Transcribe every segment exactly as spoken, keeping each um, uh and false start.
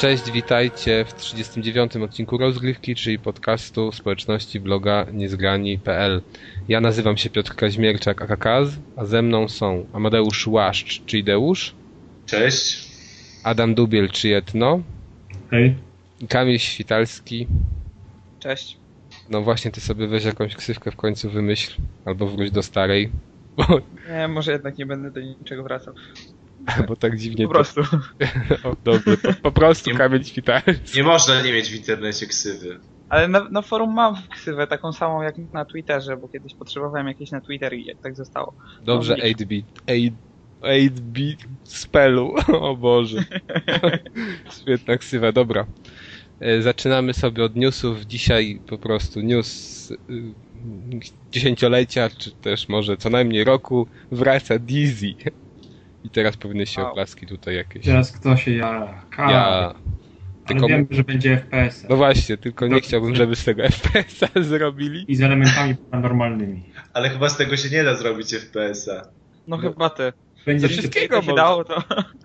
Cześć, witajcie w trzydziestym dziewiątym odcinku Rozgrywki, czyli podcastu społeczności bloga niezgrani kropka p l. Ja nazywam się Piotr Kaźmierczak, aka Kaz, a ze mną są Amadeusz Łaszcz, czyli Deusz. Cześć. Adam Dubiel, czy Etno. Hej. I Kamil Świtalski. Cześć. No właśnie, ty sobie weź jakąś ksywkę w końcu wymyśl, albo wróć do starej. Bo... Nie, może jednak nie będę do niczego wracał. Bo tak dziwnie Po prostu. To... O, dobrze, po, po prostu nie, Kamil Świtalski. Nie można nie mieć w internecie ksywy. Ale na, na forum mam ksywę taką samą jak na Twitterze, bo kiedyś potrzebowałem jakieś na Twitter i tak zostało. Dobrze, no, osiem bit. osiem bit spelu. O Boże. Świetna ksywa, dobra. Zaczynamy sobie od newsów. Dzisiaj po prostu news dziesięciolecia, czy też może co najmniej roku, wraca Dizzy. I teraz powinny się wow. oklaski tutaj jakieś. Teraz kto się jara? K. Ja. Tylko... Ale wiem, że będzie F P S. No właśnie, tylko nie chciałbym, żeby z tego F P S-a zrobili. I z elementami paranormalnymi. Ale chyba z tego się nie da zrobić F P S-a. No, no chyba ty. Będzie ze wszystkiego się dało, to...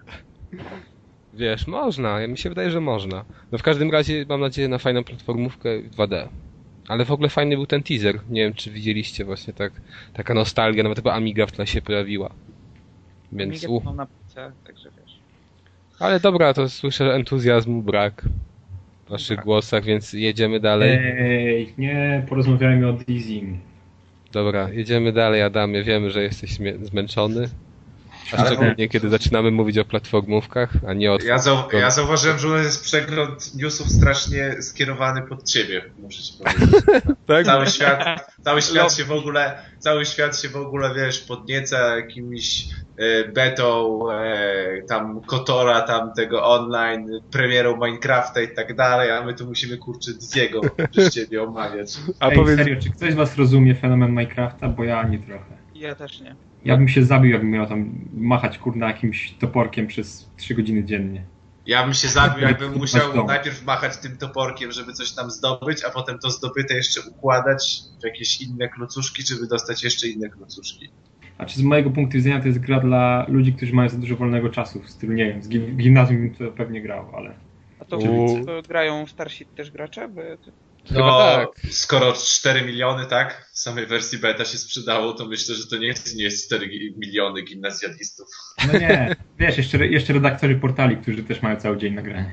Wiesz, można. Ja mi się wydaje, że można. No w każdym razie mam nadzieję na fajną platformówkę dwa D. Ale w ogóle fajny był ten teaser. Nie wiem, czy widzieliście właśnie tak, taka nostalgia, nawet chyba Amiga w tle się pojawiła. Więc Amigę mam na P C, także wiesz. Ale dobra, to słyszę entuzjazmu brak w waszych tak. głosach, więc jedziemy dalej. Ej, nie, porozmawiajmy o Dizzy. Dobra, jedziemy dalej, Adamie. Wiemy, że jesteś zmęczony. A szczególnie, kiedy zaczynamy mówić o platformówkach, a nie o... Ja, zau ja zauważyłem, że jest przegląd newsów strasznie skierowany pod ciebie, muszę ci powiedzieć. Tak? Cały świat, cały świat się w ogóle, cały świat się w ogóle, wiesz, podnieca jakimiś e, betą, e, tam Kotora, tam tego online, premierą Minecrafta i tak dalej, a my tu musimy, kurczę, Dizzy'ego przez ciebie omawiać. A Ej, powiedz... serio, czy ktoś z was rozumie fenomen Minecrafta? Bo ja ani trochę. Ja też nie. Ja bym się zabił, jakbym miał tam machać, kurna, jakimś toporkiem przez trzy godziny dziennie. Ja bym się zabił, jakbym musiał najpierw machać tym toporkiem, żeby coś tam zdobyć, a potem to zdobyte jeszcze układać w jakieś inne klocuszki, żeby dostać jeszcze inne klocuszki. A czy z mojego punktu widzenia to jest gra dla ludzi, którzy mają za dużo wolnego czasu, w stylu, nie wiem, z gimnazjum bym to pewnie grał, ale... A to, to grają starsi też gracze? Bo... No, tak. Skoro cztery miliony, tak, w samej wersji beta się sprzedało, to myślę, że to nie jest, nie jest cztery miliony gimnazjalistów. No nie, wiesz, jeszcze, jeszcze redaktorzy portali, którzy też mają cały dzień nagrania.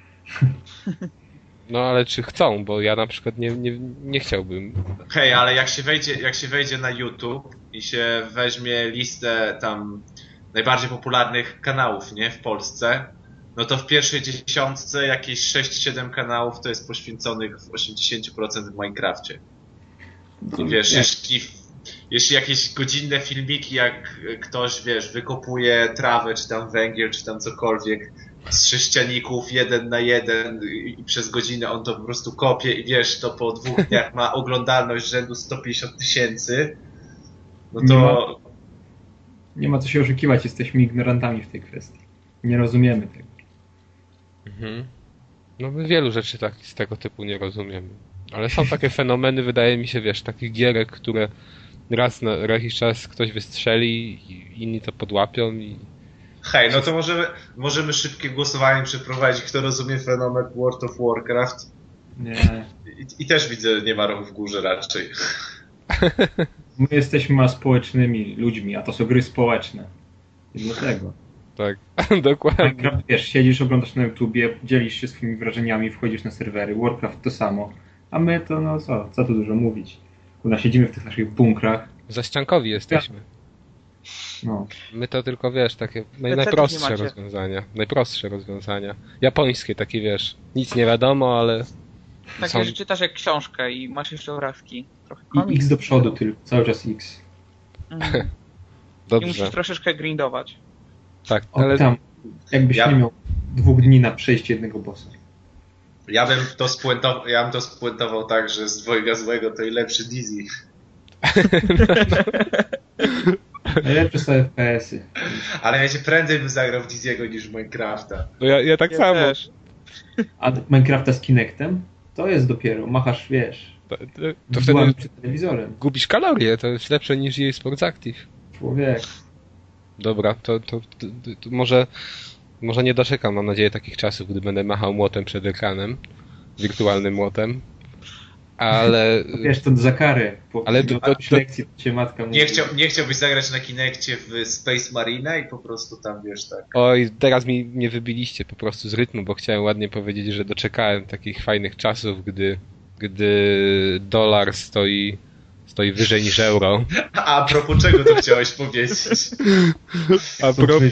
No ale czy chcą, bo ja na przykład nie, nie, nie chciałbym. Hej, ale jak się wejdzie, jak się wejdzie na YouTube i się weźmie listę tam najbardziej popularnych kanałów, nie, w Polsce, no to w pierwszej dziesiątce jakieś sześć siedem kanałów to jest poświęconych w osiemdziesiąt procent w Minecrafcie. I wiesz, jeśli, jeśli jakieś godzinne filmiki, jak ktoś, wiesz, wykopuje trawę, czy tam węgiel, czy tam cokolwiek z sześcianików jeden na jeden i przez godzinę on to po prostu kopie i wiesz, to po dwóch dniach ma oglądalność rzędu sto pięćdziesiąt tysięcy, no to... Nie ma, nie ma co się oszukiwać, jesteśmy ignorantami w tej kwestii. Nie rozumiemy tego. Mhm. No my wielu rzeczy tak, z tego typu nie rozumiemy. Ale są takie fenomeny, wydaje mi się, wiesz, takich gierek, które raz na jakiś czas ktoś wystrzeli i inni to podłapią i... Hej, no to możemy, możemy szybkie głosowanie przeprowadzić, kto rozumie fenomen World of Warcraft. Nie. I, i też widzę, nie ma ruch w górze raczej. My jesteśmy aspołecznymi ludźmi, a to są gry społeczne. I dlatego. Tak, dokładnie. Minecraft, wiesz, siedzisz, oglądasz na YouTubie, dzielisz się swoimi wrażeniami, wchodzisz na serwery. Warcraft to samo. A my to, no co, co tu dużo mówić. Kuna siedzimy w tych naszych bunkrach. Zaściankowi jesteśmy. No. My to tylko, wiesz, takie naj, najprostsze rozwiązania. Najprostsze rozwiązania. Japońskie, takie, wiesz, nic nie wiadomo, ale... Takie, są... że czytasz jak książkę i masz jeszcze obrazki. Trochę I X do przodu tylko, cały czas X. Mhm. Dobrze. I musisz troszeczkę grindować. Tak, o, ale... Tam, jakbyś ja... nie miał dwóch dni na przejście jednego bossa. Ja bym to spuentował, ja bym to spuentował tak, że z dwojga złego to i lepszy Dizzy. Najlepsze są F P S-y. Ale ja się prędzej bym zagrał w Dizzy'ego niż w Minecrafta. No ja, ja tak ja samo. Też. A Minecrafta z Kinectem? To jest dopiero, machasz, wiesz, to, to, to wtedy przed telewizorem. Gubisz kalorie, to jest lepsze niż E A Sports Active. Człowiek. Dobra, to, to, to, to może Może nie doczekam, mam nadzieję, takich czasów, gdy będę machał młotem przed ekranem. Wirtualnym młotem. Ale... Wiesz, to za karę. Po ale do, do, do... lekcji to cię matka mówi. Nie, chciał, nie chciałbyś zagrać na Kinekcie w Space Marine i po prostu tam, wiesz, tak. Oj, teraz mi nie wybiliście po prostu z rytmu, bo chciałem ładnie powiedzieć, że doczekałem takich fajnych czasów, gdy, gdy dolar stoi, stoi wyżej niż euro. A, a propos czego to chciałeś powiedzieć? A propos,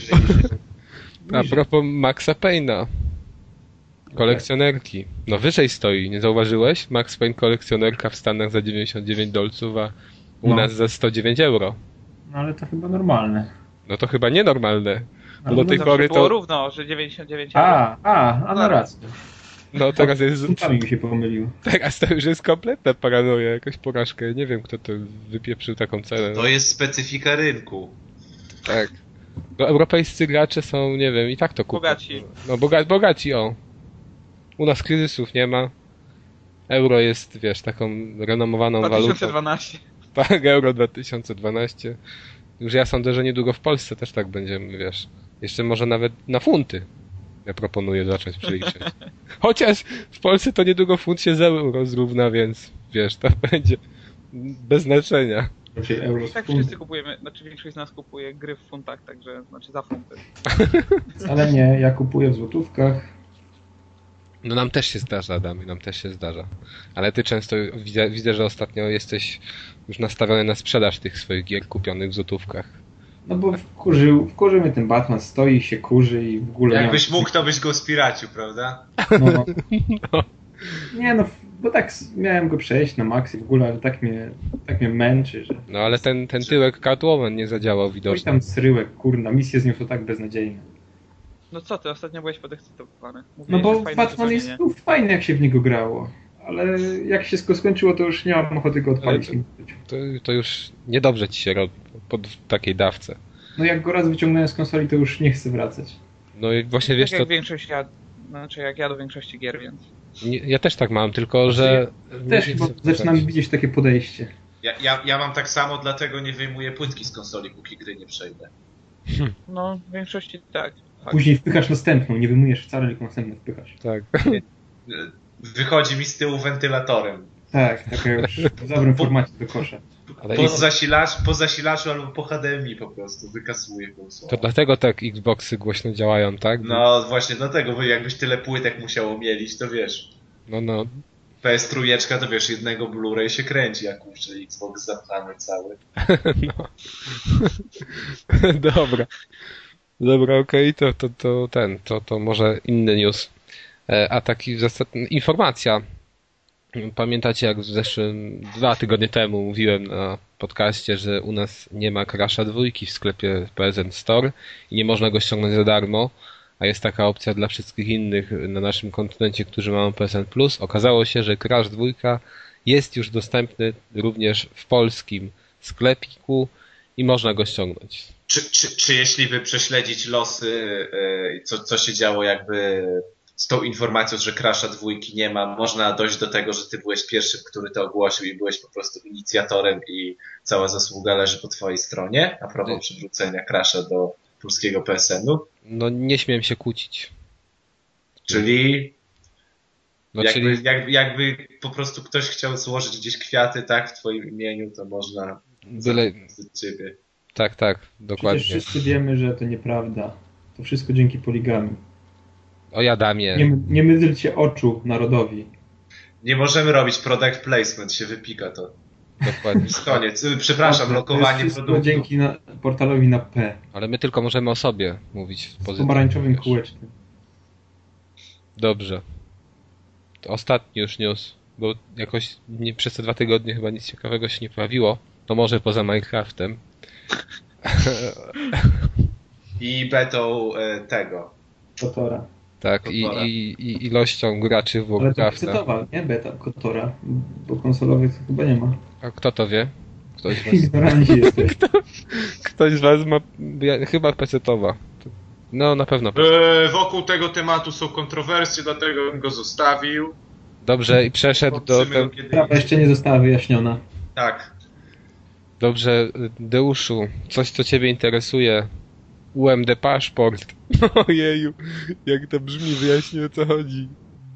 a propos Maxa Payne'a. Kolekcjonerki. No wyżej stoi, nie zauważyłeś? Max Payne kolekcjonerka w Stanach za dziewięćdziesiąt dziewięć dolców, a u no. nas za sto dziewięć euro. No ale to chyba normalne. No to chyba nienormalne. Bo Ale do no tej Zawsze pory było to... równo, że dziewięćdziesiąt dziewięć euro. A, a, a no rację. No teraz jest... Z punktami mi się pomylił. Teraz to już jest kompletna paranoja, jakaś porażka. Nie wiem, kto to wypieprzył taką cenę. To jest specyfika rynku. Tak. No, europejscy gracze są, nie wiem, i tak to kupią. Bogaci. No boga bogaci, o. U nas kryzysów nie ma. Euro jest, wiesz, taką renomowaną dwa tysiące walutą. dwanaście. Tak, Euro dwa tysiące dwanaście. Już ja sądzę, że niedługo w Polsce też tak będziemy, wiesz. Jeszcze może nawet na funty. Ja proponuję zacząć przeliczać. Chociaż w Polsce to niedługo funt się z euro zrówna, więc wiesz, to będzie bez znaczenia. Raczej euro I tak funt. wszyscy kupujemy, znaczy większość z nas kupuje gry w funtach, także znaczy za funty. Ale nie, ja kupuję w złotówkach. No nam też się zdarza, Adam, nam też się zdarza. Ale ty często, widzę, widzę, że ostatnio jesteś już nastawiony na sprzedaż tych swoich gier kupionych w złotówkach. No bo wkurzył, wkurzył mnie ten Batman, stoi się, kurzy i w ogóle... Jakbyś nie mógł, to byś go spiracił, prawda? No. Nie no, bo tak miałem go przejść na max i w ogóle, ale tak mnie, tak mnie męczy, że... No ale ten, ten tyłek Catwoman nie zadziałał Oj widocznie. tam sryłek, kurna, misje z nią są tak beznadziejne. No co ty, ostatnio byłeś podekscytowany. No Mówiłeś, bo że fajne Batman jest uzupełnienie. był fajny, jak się w niego grało. Ale jak się skończyło, to już nie mam ochoty go odpalić. Ale To, to już niedobrze ci się robi po takiej dawce. No jak go raz wyciągnąłem z konsoli, to już nie chcę wracać. No i właśnie Tak wiesz jak co, większość ja, znaczy jak ja do większości gier, więc... nie, ja też tak mam, tylko że... Też nie chyba chcę zaczynam wracać. widzieć takie podejście. Ja, ja, ja mam tak samo, dlatego nie wyjmuję płytki z konsoli, póki gry nie przejdę. No, w większości tak. tak. Później wpychasz następną, nie wyjmujesz wcale, tylko następną wpychasz. Tak. Wychodzi mi z tyłu wentylatorem. Tak, taka już w dobrym formacie do kosza. Ale Po, i, zasilacz, po zasilaczu albo po H D M I po prostu wykasuje to konsolę. dlatego tak Xboxy głośno działają, tak? No właśnie dlatego, bo jakbyś tyle płytek musiało mielić, to wiesz. No, no. P S trzy to wiesz, jednego Blu-ray się kręci, jak kurczę Xbox zapchany cały. No. Dobra. Dobra, okej, okay. to, to, to ten, to, to może inny news. E, a taki zasadny, informacja. Pamiętacie, jak w zeszłym, dwa tygodnie temu mówiłem na podcaście, że u nas nie ma Crasha dwójki w sklepie P S N Store i nie można go ściągnąć za darmo, a jest taka opcja dla wszystkich innych na naszym kontynencie, którzy mają P S N Plus. Okazało się, że Crash dwójka jest już dostępny również w polskim sklepiku i można go ściągnąć. Czy, czy, czy jeśli by prześledzić losy, yy, co, co się działo jakby z tą informacją, że Crasha dwójki nie ma, można dojść do tego, że ty byłeś pierwszym, który to ogłosił i byłeś po prostu inicjatorem i cała zasługa leży po twojej stronie a propos przywrócenia Crasha do polskiego P S N u? No nie śmiem się kłócić. Czyli No, jakby, czyli jakby, jakby po prostu ktoś chciał złożyć gdzieś kwiaty, tak, w twoim imieniu, to można byle... do ciebie. Tak, tak, dokładnie. Przecież wszyscy wiemy, że to nieprawda. To wszystko dzięki poligami. O Adamie. Nie, nie mydlcie oczu narodowi. Nie możemy robić product placement, się wypika to. Dokładnie. Jest koniec. Przepraszam, To lokowanie jest wszystko produktu. dzięki na, portalowi na P. Ale my tylko możemy o sobie mówić Z pozytywnie. pomarańczowym wiesz. kółeczkiem. Dobrze. To ostatni już news, bo jakoś nie, przez te dwa tygodnie chyba nic ciekawego się nie pojawiło. To może poza Minecraftem. I betą e, tego. Kotora. Tak, i, Kotora. i, i ilością graczy w Ale to Warcrafta. pecetowa, nie beta Kotora. Bo konsolowych to chyba nie ma. A kto to wie? Ktoś z was, Ignoranci jesteś. ktoś z was ma... Ja, chyba pecetowa. No na pewno. E, wokół tego tematu są kontrowersje, dlatego bym go zostawił. Dobrze, i przeszedł do... Zobaczymy Tem... go kiedy Sprawa jeszcze nie została wyjaśniona. Tak. Dobrze, Deuszu, coś co ciebie interesuje. U M D paszport. Ojeju, jak to brzmi, wyjaśnij o co chodzi.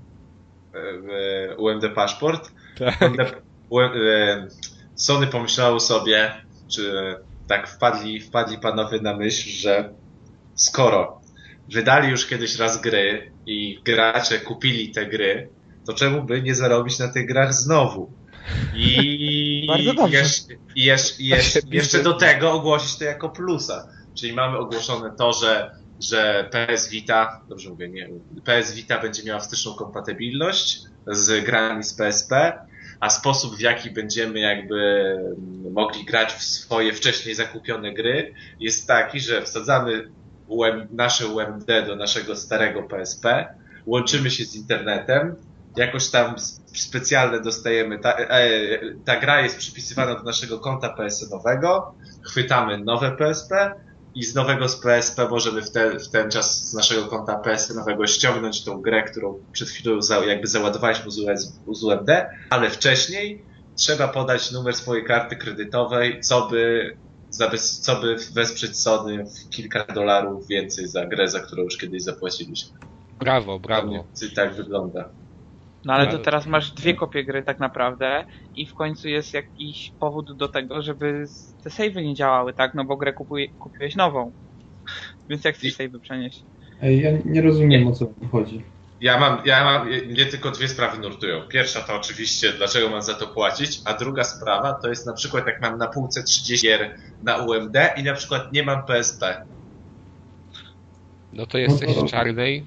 U M D paszport? Tak. U M D, U M, Sony pomyślało sobie, czy tak wpadli, wpadli panowie na myśl, że skoro wydali już kiedyś raz gry i gracze kupili te gry, to czemu by nie zarobić na tych grach znowu? I Bardzo dobrze. jeszcze, jeszcze, jeszcze, jeszcze do tego ogłosić to jako plusa. Czyli mamy ogłoszone to, że, że P S Vita, dobrze mówię, nie, P S Vita będzie miała wsteczną kompatybilność z grami z P S P, a sposób, w jaki będziemy jakby mogli grać w swoje wcześniej zakupione gry, jest taki, że wsadzamy U M, nasze U M D do naszego starego P S P, łączymy się z internetem, jakoś tam specjalne dostajemy, ta, e, ta gra jest przypisywana do naszego konta P S N-owego, chwytamy nowe P S P i z nowego z P S P możemy w, te, w ten czas z naszego konta P S N-owego ściągnąć tą grę, którą przed chwilą za, jakby załadowaliśmy z U M D, ale wcześniej trzeba podać numer swojej karty kredytowej, co by, co by wesprzeć Sony w kilka dolarów więcej za grę, za którą już kiedyś zapłaciliśmy. Brawo, brawo. I tak wygląda. No ale to teraz masz dwie kopie gry tak naprawdę i w końcu jest jakiś powód do tego, żeby te save'y nie działały, tak? No bo grę kupuj, kupiłeś nową. Więc jak chcesz save'y przenieść? Ej, ja nie rozumiem, o co chodzi. Ja mam, ja mam, mnie tylko dwie sprawy nurtują. Pierwsza to oczywiście, dlaczego mam za to płacić, a druga sprawa to jest na przykład, jak mam na półce trzydzieści gier na U M D i na przykład nie mam P S P. No to jesteś No to- w czarnej.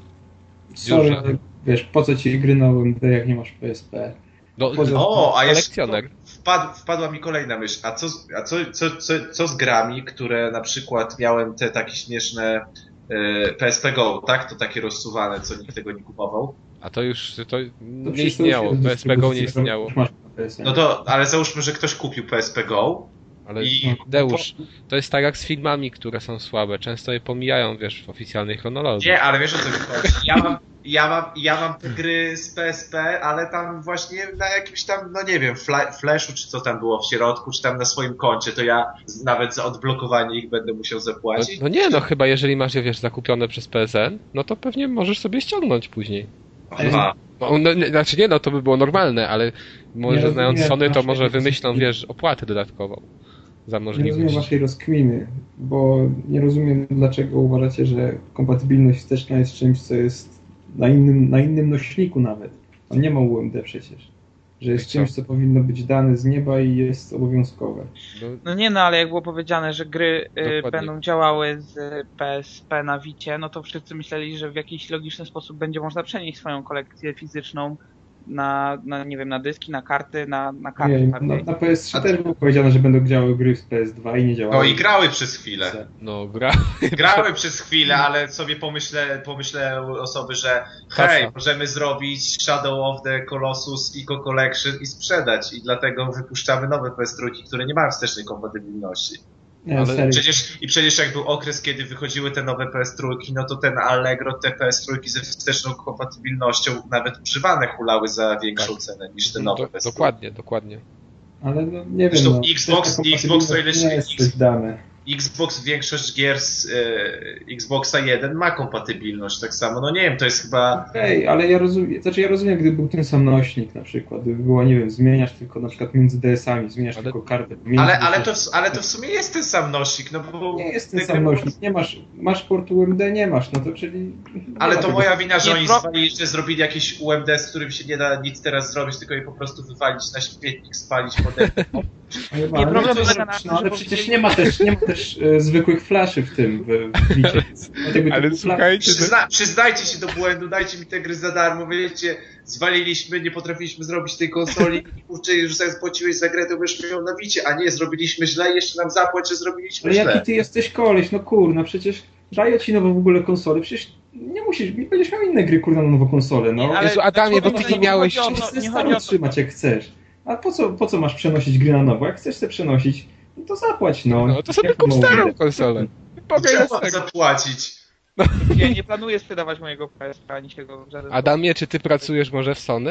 Sorry, Duża. ale wiesz, po co ci gry na U M D, jak nie masz P S P? No, Poza- O, a jeszcze kolekcjoner. wpad, wpadła mi kolejna myśl. A co, z- a co, co, co, co z grami, które na przykład miałem te takie śmieszne e, P S P Go, tak? To takie rozsuwane, co nikt tego nie kupował. A to już to To nie przecież to istniało. już jest P S P Go nie dystrybucja, istniało. już masz na P S N. No to, ale załóżmy, że ktoś kupił P S P Go. Ale I- Deusz, to jest tak jak z filmami, które są słabe. Często je pomijają, wiesz, w oficjalnej chronologii. Nie, ale wiesz o co mi chodzi. Ja mam, ja mam, ja mam te gry z P S P, ale tam właśnie na jakimś tam, no nie wiem, fla, flashu czy co tam było w środku, czy tam na swoim koncie, to ja z- nawet za odblokowanie ich będę musiał No, zapłacić. no nie, no chyba jeżeli masz je, wiesz, zakupione przez P S N, no to pewnie możesz sobie ściągnąć później. Aha. No, no, nie- znaczy nie, no to by było normalne, ale może Nie znając rozumiem Sony, to naszej może wymyślą, rozkminy. wiesz, opłatę dodatkową za Nie rozumiem możliwość. waszej rozkminy, bo nie rozumiem, dlaczego uważacie, że kompatybilność wsteczna jest czymś, co jest na innym, na innym nośniku nawet. On nie ma U M D przecież. Że jest I co? czymś, co powinno być dane z nieba i jest obowiązkowe. No, No nie no, ale jak było powiedziane, że gry y, Dokładnie. będą działały z P S P na Vicie, no to wszyscy myśleli, że w jakiś logiczny sposób będzie można przenieść swoją kolekcję fizyczną na, na nie wiem, na dyski, na karty, na, na karty Nie, na, bardziej. na P S trzy też było powiedziane, że będą działały gry z P S dwa i nie działały. No i grały przez chwilę. no gra. Grały przez chwilę, ale sobie pomyślę, pomyślę osoby, że hej, możemy zrobić Shadow of the Colossus Eco Collection i sprzedać i dlatego wypuszczamy nowe P S trzy, które nie mają wstecznej kompatybilności. Nie, ale serio. Przecież, I przecież jak był okres, kiedy wychodziły te nowe P S trzy, no to ten Allegro, te P S trzy ze wsteczną kompatybilnością nawet używane hulały za większą Tak. cenę niż te nowe Do, P S trzy. dokładnie, dokładnie. Ale no, nie wiem, Zresztą no, Xbox- wsteczna Xbox to ile kompatybilność się- nie jest coś dane. Xbox, większość gier z e, Xboxa jeden ma kompatybilność, tak samo, no nie wiem, to jest chyba... Okej, ale ja rozumiem, znaczy ja rozumiem, gdyby był ten sam nośnik na przykład, gdyby było, nie wiem, zmieniasz tylko na przykład między D S-ami, zmieniasz Ale- tylko kartę. Między Ale, ale, to, w- ale to w sumie jest ten sam nośnik, no bo... Nie jest ten te sam gry- nośnik, nie masz, masz port U M D, nie masz, no to czyli... nie Ale ma to tego. moja wina, że Nie, oni pro- zwalili, że zrobili jakieś U M D, z którym się nie da nic teraz zrobić, tylko je po prostu wywalić na śmietnik, spalić, potem... Ale, Nie, ale, problem to- polega na tym, no, ale że przecież powiedzieli- nie ma też, nie ma też e, zwykłych flaszy w tym, w, w Vicie. Dlatego Ale typu słuchajcie, że... Przyzna, przyznajcie się do błędu, dajcie mi te gry za darmo, wiecie, zwaliliśmy, nie potrafiliśmy zrobić tej konsoli, kurczę, już zapłaciłeś za grę, to będziesz miał na Vicie, a nie, zrobiliśmy źle i jeszcze nam zapłać, że zrobiliśmy Ale jaki źle. ty jesteś koleś, no kurna, przecież daję ci nową w ogóle konsolę, przecież nie musisz, będziesz miał inne gry kurna na nową konsolę, no. Nie, ale Jezu, Adamie, bo ty chodzi- nie miałeś- chodzi o Przecież to- sobie nie starą chodzi o to- trzymać jak chcesz. A po co, po co masz przenosić gry na nowo? Jak chcesz sobie przenosić, no to zapłać, no. No to sobie Jak kup mało- starą konsolę. Pogaj na Trzeba starą. zapłacić. Ja nie planuję sprzedawać mojego P S P, ani się go w żaden Adamie, czy ty pracujesz może w Sony?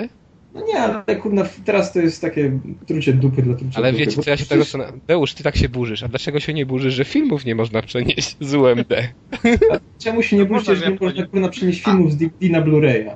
No nie, ale kurna, teraz to jest takie trucie dupy dla trucia Ale dupy. wiecie co, ja się tego... Deusz, ty tak się burzysz. A dlaczego się nie burzysz, że filmów nie można przenieść z U M D? A czemu się nie burzycie, że nie można kurna przenieść filmów z D V D na Blu-raya?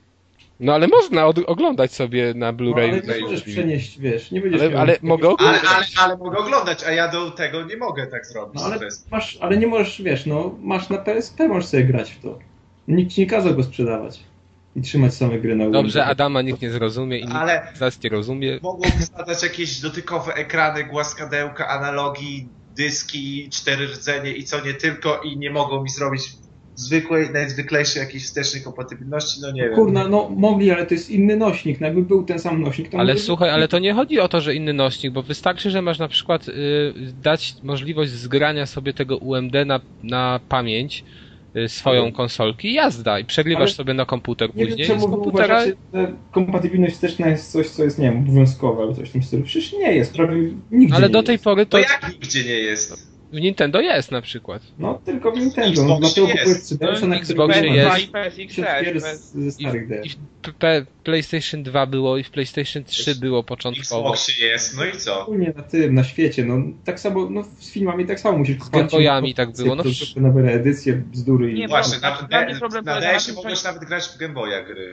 No ale można od- oglądać sobie na No, Blu-ray. ale nie możesz przenieść, wiesz, nie będziesz Ale, miał... ale mogę Ale, oglądać. ale, ale mogę oglądać, a ja do tego nie mogę tak zrobić. No, To ale jest... masz, ale nie możesz, wiesz, no, masz na P S P, możesz sobie grać w to. Nikt ci nie kazał go sprzedawać i trzymać same gry na U M D. Dobrze, Adama nikt nie zrozumie i nikt Ale- z nas nie rozumie. Mogą wsadzać jakieś dotykowe ekrany, głaskadełka, analogi, dyski, cztery rdzenie i co nie tylko i nie mogą mi zrobić zwykłej, najzwyklejszej jakiejś wstecznej kompatybilności, no nie wiem. Kurna, no mogli, ale to jest inny nośnik, no jakby był ten sam nośnik, to Ale może- słuchaj, ale to nie chodzi o to, że inny nośnik, bo wystarczy, że masz na przykład y, dać możliwość zgrania sobie tego U M D na, na pamięć y, swoją Ale- konsolki i jazda i przegrywasz Ale- sobie na komputer Nie później wiem, i z czemu wy komputera... uważacie, że kompatybilność wsteczna jest coś, co jest, nie wiem, obowiązkowe albo coś w tym stylu. Przecież nie jest, prawie nigdzie Ale nie do tej jest. pory To to jak nigdzie nie jest? w Nintendo jest na przykład. No, tylko w Nintendo, Xbox no, dlatego jest. kupujesz trzy D S a, No, na Xbox którym jest. masz i P S X gier też. z- ze I starych D w, i S. w P- PlayStation dwa było i w PlayStation trzy było W początkowo. Xboxie jest, no i co? Ogólnie na tym, na świecie, no tak samo, no z filmami tak samo musisz kupować. Game Boyami tak było, no to nowe reedycje, bzdury i... Nie, Właśnie, Dla na, mnie na, problem na polega na D S ie tym, że- mogłeś nawet grać w Game Boya gry.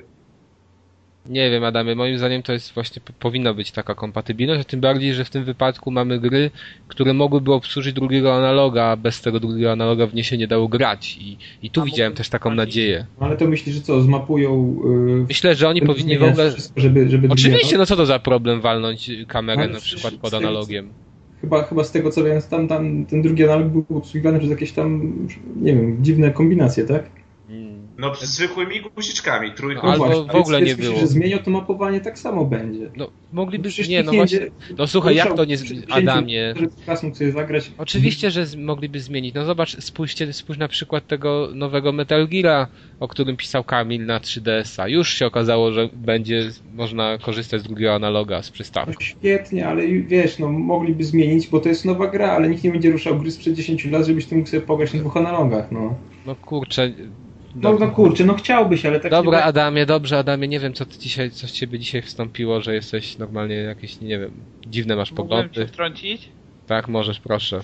Nie wiem, Adamie, moim zdaniem to jest właśnie, p- powinna być taka kompatybilność, a tym bardziej, że w tym wypadku mamy gry, które mogłyby obsłużyć drugiego analoga, a bez tego drugiego analoga w nie się nie dało grać i, i tu A widziałem mogą też taką wprowadzić- nadzieję. No, ale to myślisz, że co, zmapują... Yy, Myślę, że oni będą powinni w zmieniać ogóle... wszystko, żeby, żeby Oczywiście, no co to za problem walnąć kamerę Ale na przecież przykład pod z tego, analogiem? Chyba, chyba z tego co wiem, tam, tam ten drugi analog był obsługiwany przez jakieś tam, nie wiem, dziwne kombinacje, tak? Mm. No z zwykłymi guziczkami, trójką. No, albo właśnie, w ale ogóle więc nie myślisz, było. że zmienią to mapowanie, tak samo będzie. No, mogliby... Przecież Nie, nikt no nie właśnie... będzie- No słuchaj, jak musiał to nie... przy z- wzięciu, Adamie... Żeby Klas mógł sobie zagrać. Oczywiście, że z, mogliby zmienić. No zobacz, spójrzcie, spójrz na przykład tego nowego Metal Geara, o którym pisał Kamil na trzy D S a. Już się okazało, że będzie można korzystać z drugiego analoga z No przystawką. świetnie, ale wiesz, no mogliby zmienić, bo to jest nowa gra, ale nikt nie będzie ruszał gry sprzed dziesięciu lat, żebyś ty mógł sobie pograć na dwóch analogach, no. No kurczę... No, no kurczę, no chciałbyś, ale tak Dobra, nie... Adamie, dobrze, Adamie, nie wiem, co ty dzisiaj, co z ciebie dzisiaj wstąpiło, że jesteś normalnie jakieś, nie wiem, dziwne masz Mógłbym cię poglądy. wtrącić? Tak, możesz, proszę.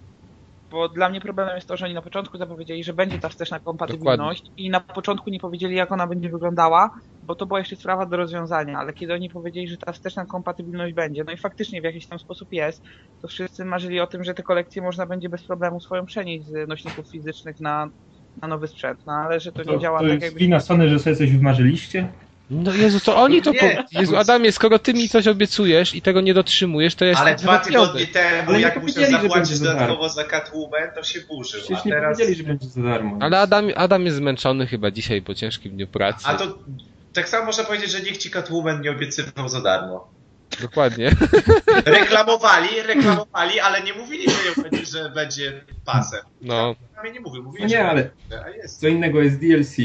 Bo dla mnie problemem jest to, że oni na początku zapowiedzieli, że będzie ta wsteczna kompatybilność i na początku nie powiedzieli, jak ona będzie wyglądała, bo to była jeszcze sprawa do rozwiązania, ale kiedy oni powiedzieli, że ta wsteczna kompatybilność będzie, no i faktycznie w jakiś tam sposób jest, to wszyscy marzyli o tym, że te kolekcje można będzie bez problemu swoją przenieść z nośników fizycznych na, na nowy sprzęt, no ale że to, To, nie działa to tak jest jakby... wina Sony, że sobie coś wymarzyliście? No Jezu, to oni to... Nie. Po... Jezu, Adamie, skoro ty mi coś obiecujesz i tego nie dotrzymujesz, to ja Ale jestem dwa zawiedziony. tygodnie temu, Ale nie jak musiał powiedzieli, że zapłacić będzie za darmo. dodatkowo za Catwoman, to się burzył. Przecież A nie teraz... powiedzieli, że będzie za darmo. Ale Adam, Adam jest zmęczony chyba dzisiaj po ciężkim dniu pracy. A to tak samo można powiedzieć, że nikt ci Catwoman nie obiecywał za darmo. Dokładnie. Reklamowali, reklamowali, ale nie mówili, że, ją będzie, że będzie pasem. No. Prawie nie mówił, mówili, No nie, że ale będzie, a jest. co innego jest D L C,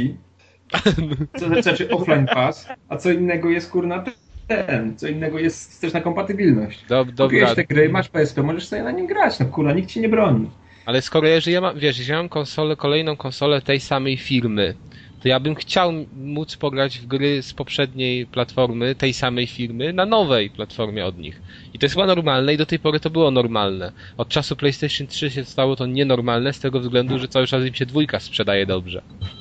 co znaczy offline pass, a co innego jest kurna ten, co innego jest wsteczna kompatybilność. Dob, dobra. Kupiłeś te gry, masz P S P, możesz sobie na nim grać, no kurwa, nikt ci nie broni. Ale skoro jeżeli ja mam, wiesz, jeżeli ja mam konsolę, kolejną konsolę tej samej firmy, to ja bym chciał móc pograć w gry z poprzedniej platformy, tej samej firmy, na nowej platformie od nich. I to jest chyba normalne i do tej pory to było normalne. Od czasu PlayStation trzy się stało to nienormalne z tego względu, że cały czas im się dwójka sprzedaje dobrze.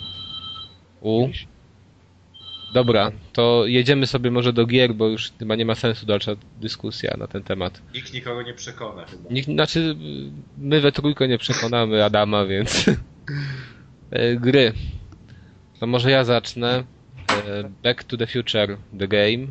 U. Dobra, to jedziemy sobie może do gier, bo już chyba nie ma sensu dalsza dyskusja na ten temat. Nikt nikogo nie przekona chyba. Nikt, znaczy, my we trójkę nie przekonamy Adama, więc... E, Gry. To może ja zacznę. E, Back to the Future, The Game.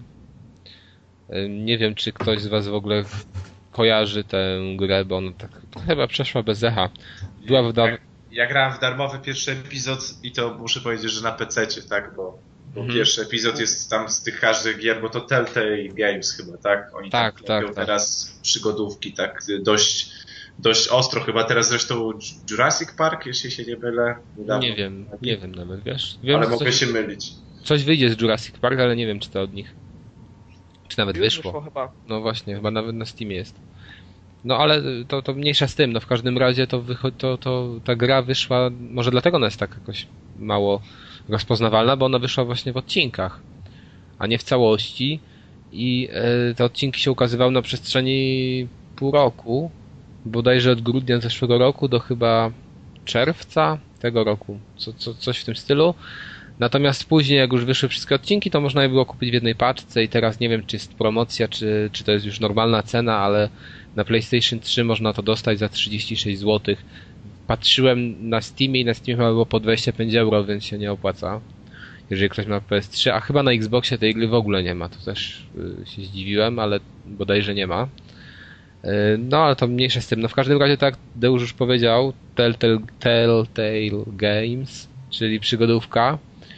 E, Nie wiem, czy ktoś z was w ogóle kojarzy tę grę, bo ona tak chyba przeszła bez echa. Była w... Da- Ja grałem w darmowy pierwszy epizod i to muszę powiedzieć, że na pececie, tak, bo, bo Mhm. pierwszy epizod jest tam z tych każdych gier, bo to Telltale Games chyba, tak? Oni Tak, tam tak, robią tak. teraz przygodówki, tak, dość, dość ostro chyba. Teraz zresztą Jurassic Park, jeśli się nie mylę. Niedawno. Nie wiem, nie wiem nawet, wiesz? Wiem, Ale że mogę coś, się mylić. coś wyjdzie z Jurassic Park, ale nie wiem, czy to od nich. Czy nawet Już wyszło. wyszło chyba. No właśnie, chyba nawet na Steamie jest. No ale to, to mniejsza z tym, no w każdym razie to, wycho- to, to ta gra wyszła, może dlatego ona jest tak jakoś mało rozpoznawalna, bo ona wyszła właśnie w odcinkach. a nie w całości. I te odcinki się ukazywały na przestrzeni pół roku, bodajże od grudnia zeszłego roku do chyba czerwca tego roku, co, co, coś w tym stylu. Natomiast później, jak już wyszły wszystkie odcinki, to można je było kupić w jednej paczce i teraz nie wiem, czy jest promocja, czy, czy to jest już normalna cena, ale na PlayStation trzy można to dostać za trzydzieści sześć złotych. Patrzyłem na Steamie i na Steamie chyba było po dwadzieścia pięć euro, więc się nie opłaca, jeżeli ktoś ma P S trzy, a chyba na Xboxie tej gry w ogóle nie ma. To też y, się zdziwiłem, ale bodajże nie ma. Y, no ale to mniejsze z tym. No w każdym razie, tak jak Deusz już powiedział, Telltale, Telltale Games, czyli przygodówka.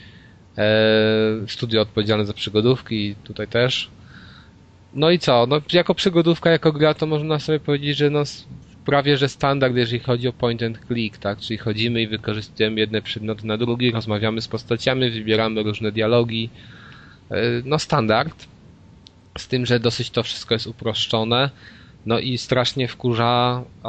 Y, studio odpowiedzialne za przygodówki, tutaj też. No i co? No jako przygodówka, jako gra, to można sobie powiedzieć, że no prawie że standard, jeżeli chodzi o point and click, tak? Czyli chodzimy i wykorzystujemy jedne przedmioty na drugi, rozmawiamy z postaciami, wybieramy różne dialogi. No standard. Z tym, że dosyć to wszystko jest uproszczone. No i strasznie wkurza e,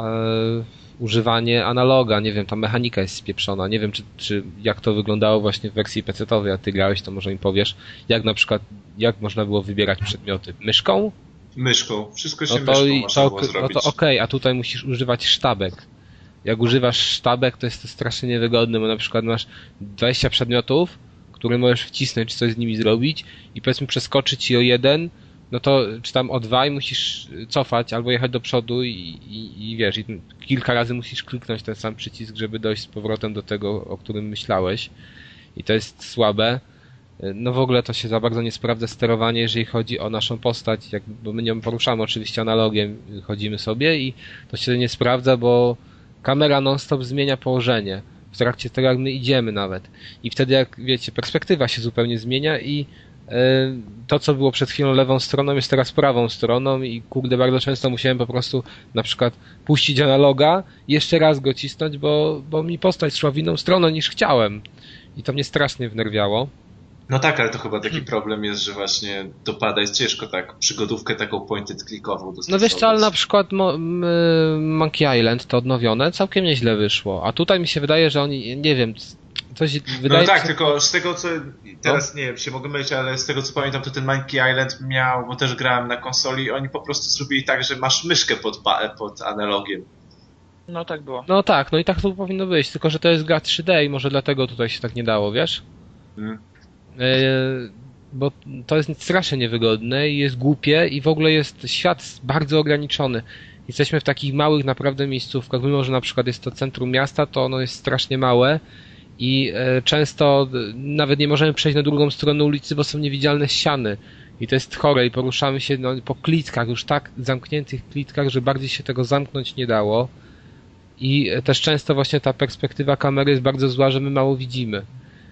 używanie analoga. Nie wiem, ta mechanika jest spieprzona. Nie wiem, czy, czy jak to wyglądało właśnie w wersji pecetowej, a ty grałeś, to może mi powiesz. Jak na przykład, jak można było wybierać przedmioty? Myszką? Myszką. Wszystko się no to, myszką można to, było no zrobić. to okej, okay, a tutaj musisz używać sztabek. Jak używasz sztabek, to jest to strasznie niewygodne, bo na przykład masz dwadzieścia przedmiotów, które możesz wcisnąć, czy coś z nimi zrobić i powiedzmy przeskoczyć ci o jeden, no to czy tam o dwa i musisz cofać albo jechać do przodu i, i, i wiesz, i kilka razy musisz kliknąć ten sam przycisk, żeby dojść z powrotem do tego, o którym myślałeś. I to jest słabe. No w ogóle to się za bardzo nie sprawdza sterowanie, jeżeli chodzi o naszą postać, jak, bo my nią poruszamy oczywiście analogiem, chodzimy sobie i to się nie sprawdza, bo kamera non-stop zmienia położenie w trakcie tego, jak my idziemy nawet. I wtedy, jak wiecie, perspektywa się zupełnie zmienia i yy, to, co było przed chwilą lewą stroną, jest teraz prawą stroną i kurde, bardzo często musiałem po prostu na przykład puścić analoga i jeszcze raz go cisnąć, bo, bo mi postać szła w inną stronę niż chciałem. I to mnie strasznie wnerwiało. No tak, ale to chyba taki problem jest, że właśnie dopada jest ciężko tak przygodówkę taką pointed-clickową dostosować. No wiesz co, ale na przykład Mo- Monkey Island, to odnowione, całkiem nieźle wyszło. A tutaj mi się wydaje, że oni, nie wiem, coś wydaje No tak, się... tylko z tego co, teraz no? nie wiem, się mogę mylić, ale z tego co pamiętam, to ten Monkey Island miał, bo też grałem na konsoli, oni po prostu zrobili tak, że masz myszkę pod, pod analogiem. No tak było. No tak, no i tak to powinno być, tylko że to jest gra trzy D i może dlatego tutaj się tak nie dało, wiesz? Hmm. Yy, bo to jest strasznie niewygodne i jest głupie i w ogóle jest świat bardzo ograniczony. Jesteśmy w takich małych naprawdę miejscówkach, mimo że na przykład jest to centrum miasta, to ono jest strasznie małe i yy, często nawet nie możemy przejść na drugą stronę ulicy, bo są niewidzialne ściany i to jest chore i poruszamy się no, po klitkach, już tak zamkniętych klitkach, że bardziej się tego zamknąć nie dało i też często właśnie ta perspektywa kamery jest bardzo zła, że my mało widzimy.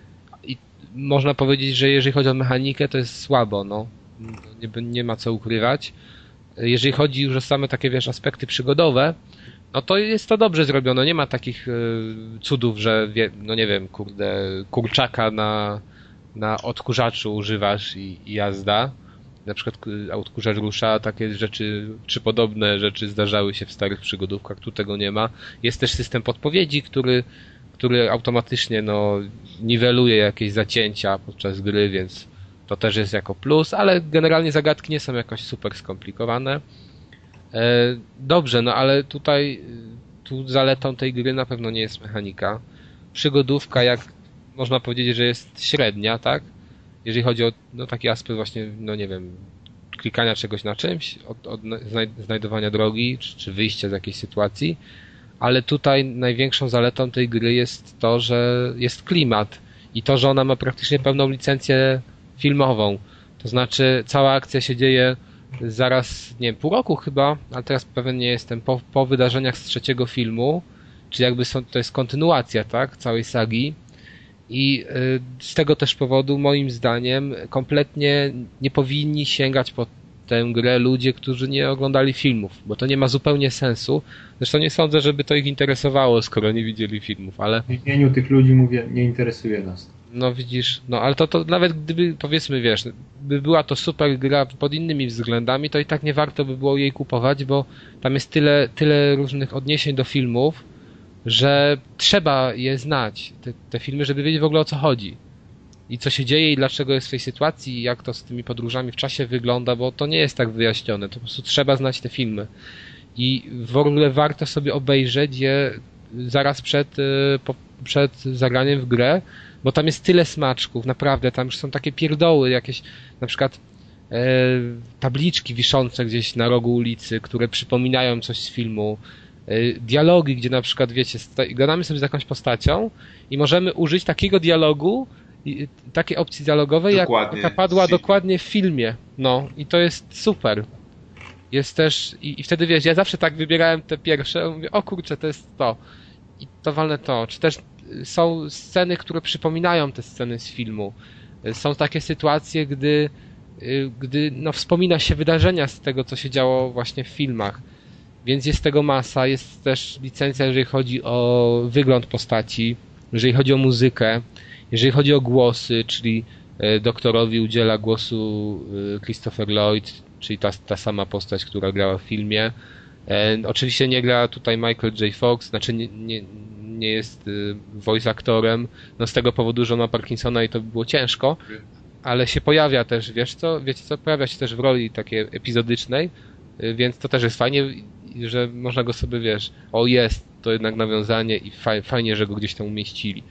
Można powiedzieć, że jeżeli chodzi o mechanikę, to jest słabo, no. Nie, nie ma co ukrywać. Jeżeli chodzi już o same takie, wiesz, aspekty przygodowe, no to jest to dobrze zrobione. Nie ma takich y, cudów, że, wie, no nie wiem, kurde, kurczaka na, na odkurzaczu używasz i, i jazda. Na przykład odkurzacz rusza, takie rzeczy, czy podobne rzeczy zdarzały się w starych przygodówkach, tu tego nie ma. Jest też system podpowiedzi, który który automatycznie no, niweluje jakieś zacięcia podczas gry, więc to też jest jako plus, ale generalnie zagadki nie są jakoś super skomplikowane. E, dobrze, no ale tutaj tu zaletą tej gry na pewno nie jest mechanika. Przygodówka, jak można powiedzieć, że jest średnia, tak? Jeżeli chodzi o no, taki aspekt właśnie, no nie wiem, klikania czegoś na czymś, od, od znajdowania drogi, czy, czy wyjścia z jakiejś sytuacji. Ale tutaj największą zaletą tej gry jest to, że jest klimat i to, że ona ma praktycznie pełną licencję filmową. To znaczy cała akcja się dzieje zaraz, nie wiem, pół roku chyba, ale teraz pewien nie jestem, po, po wydarzeniach z trzeciego filmu, czyli jakby są, to jest kontynuacja, tak, całej sagi i y, z tego też powodu moim zdaniem kompletnie nie powinni sięgać po tę grę ludzie, którzy nie oglądali filmów, bo to nie ma zupełnie sensu. Zresztą nie sądzę, żeby to ich interesowało, skoro nie widzieli filmów, ale... W imieniu tych ludzi mówię, nie interesuje nas. No widzisz, no ale to, to nawet gdyby, powiedzmy, wiesz, by była to super gra pod innymi względami, to i tak nie warto by było jej kupować, bo tam jest tyle, tyle różnych odniesień do filmów, że trzeba je znać, te, te filmy, żeby wiedzieć w ogóle o co chodzi. i co się dzieje i dlaczego jest w tej sytuacji i jak to z tymi podróżami w czasie wygląda, bo to nie jest tak wyjaśnione, to po prostu trzeba znać te filmy. I w ogóle warto sobie obejrzeć je zaraz przed, po, przed zagraniem w grę, bo tam jest tyle smaczków, naprawdę, tam już są takie pierdoły, jakieś na przykład e, tabliczki wiszące gdzieś na rogu ulicy, które przypominają coś z filmu, e, dialogi, gdzie na przykład, wiecie, gadamy sobie z jakąś postacią i możemy użyć takiego dialogu, i, takiej opcji dialogowej, dokładnie. jak, jaka padła dokładnie w filmie. No i to jest super. Jest też, i, i wtedy wiesz, ja zawsze tak wybierałem te pierwsze, mówię, o kurczę, to jest to. I to walne to. Czy też są sceny, które przypominają te sceny z filmu. Są takie sytuacje, gdy, gdy no, wspomina się wydarzenia z tego, co się działo właśnie w filmach. Więc jest tego masa. Jest też licencja, jeżeli chodzi o wygląd postaci, jeżeli chodzi o muzykę, jeżeli chodzi o głosy, czyli doktorowi udziela głosu Christopher Lloyd, czyli ta, ta sama postać, która grała w filmie. E, oczywiście nie gra tutaj Michael J. Fox, znaczy nie, nie, nie jest y, voice aktorem, no z tego powodu, że on ma Parkinsona i to by było ciężko, ale się pojawia też, wiesz co, wiecie co, pojawia się też w roli takiej epizodycznej, y, więc to też jest fajnie, że można go sobie, wiesz, o jest, to jednak nawiązanie i faj, fajnie, że go gdzieś tam umieścili.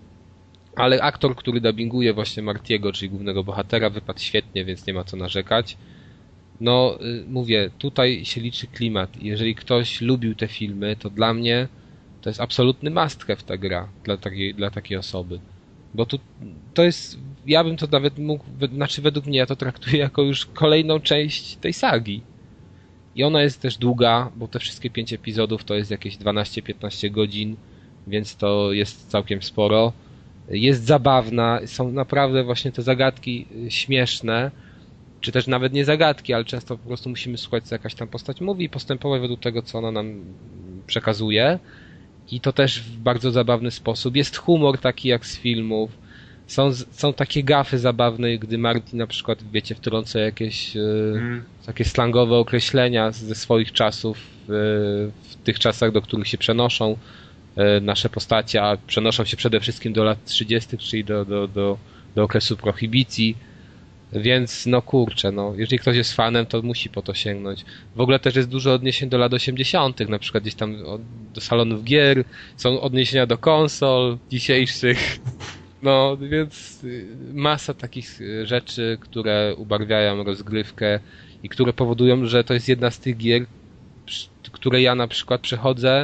Ale aktor, który dubbinguje właśnie Martiego, czyli głównego bohatera, wypadł świetnie, więc nie ma co narzekać. No, mówię, tutaj się liczy klimat. Jeżeli ktoś lubił te filmy, to dla mnie to jest absolutny must have ta gra dla takiej, dla takiej osoby. Bo tu to jest, ja bym to nawet mógł, znaczy według mnie ja to traktuję jako już kolejną część tej sagi. I ona jest też długa, bo te wszystkie pięć epizodów to jest jakieś dwanaście piętnaście godzin, więc to jest całkiem sporo. Jest zabawna, są naprawdę właśnie te zagadki śmieszne, czy też nawet nie zagadki, ale często po prostu musimy słuchać, co jakaś tam postać mówi i postępować według tego, co ona nam przekazuje. I to też w bardzo zabawny sposób. Jest humor taki jak z filmów. Są, są takie gafy zabawne, gdy Marty na przykład, wiecie, wtrąca jakieś mm. takie slangowe określenia ze swoich czasów, w tych czasach, do których się przenoszą nasze postacie, a przenoszą się przede wszystkim do lat trzydziestych, czyli do, do, do, do okresu prohibicji. Więc no kurczę, no, jeżeli ktoś jest fanem, to musi po to sięgnąć. W ogóle też jest dużo odniesień do lat osiemdziesiątych, na przykład gdzieś tam do salonów gier, są odniesienia do konsol dzisiejszych. No, więc masa takich rzeczy, które ubarwiają rozgrywkę i które powodują, że to jest jedna z tych gier, które ja na przykład przechodzę,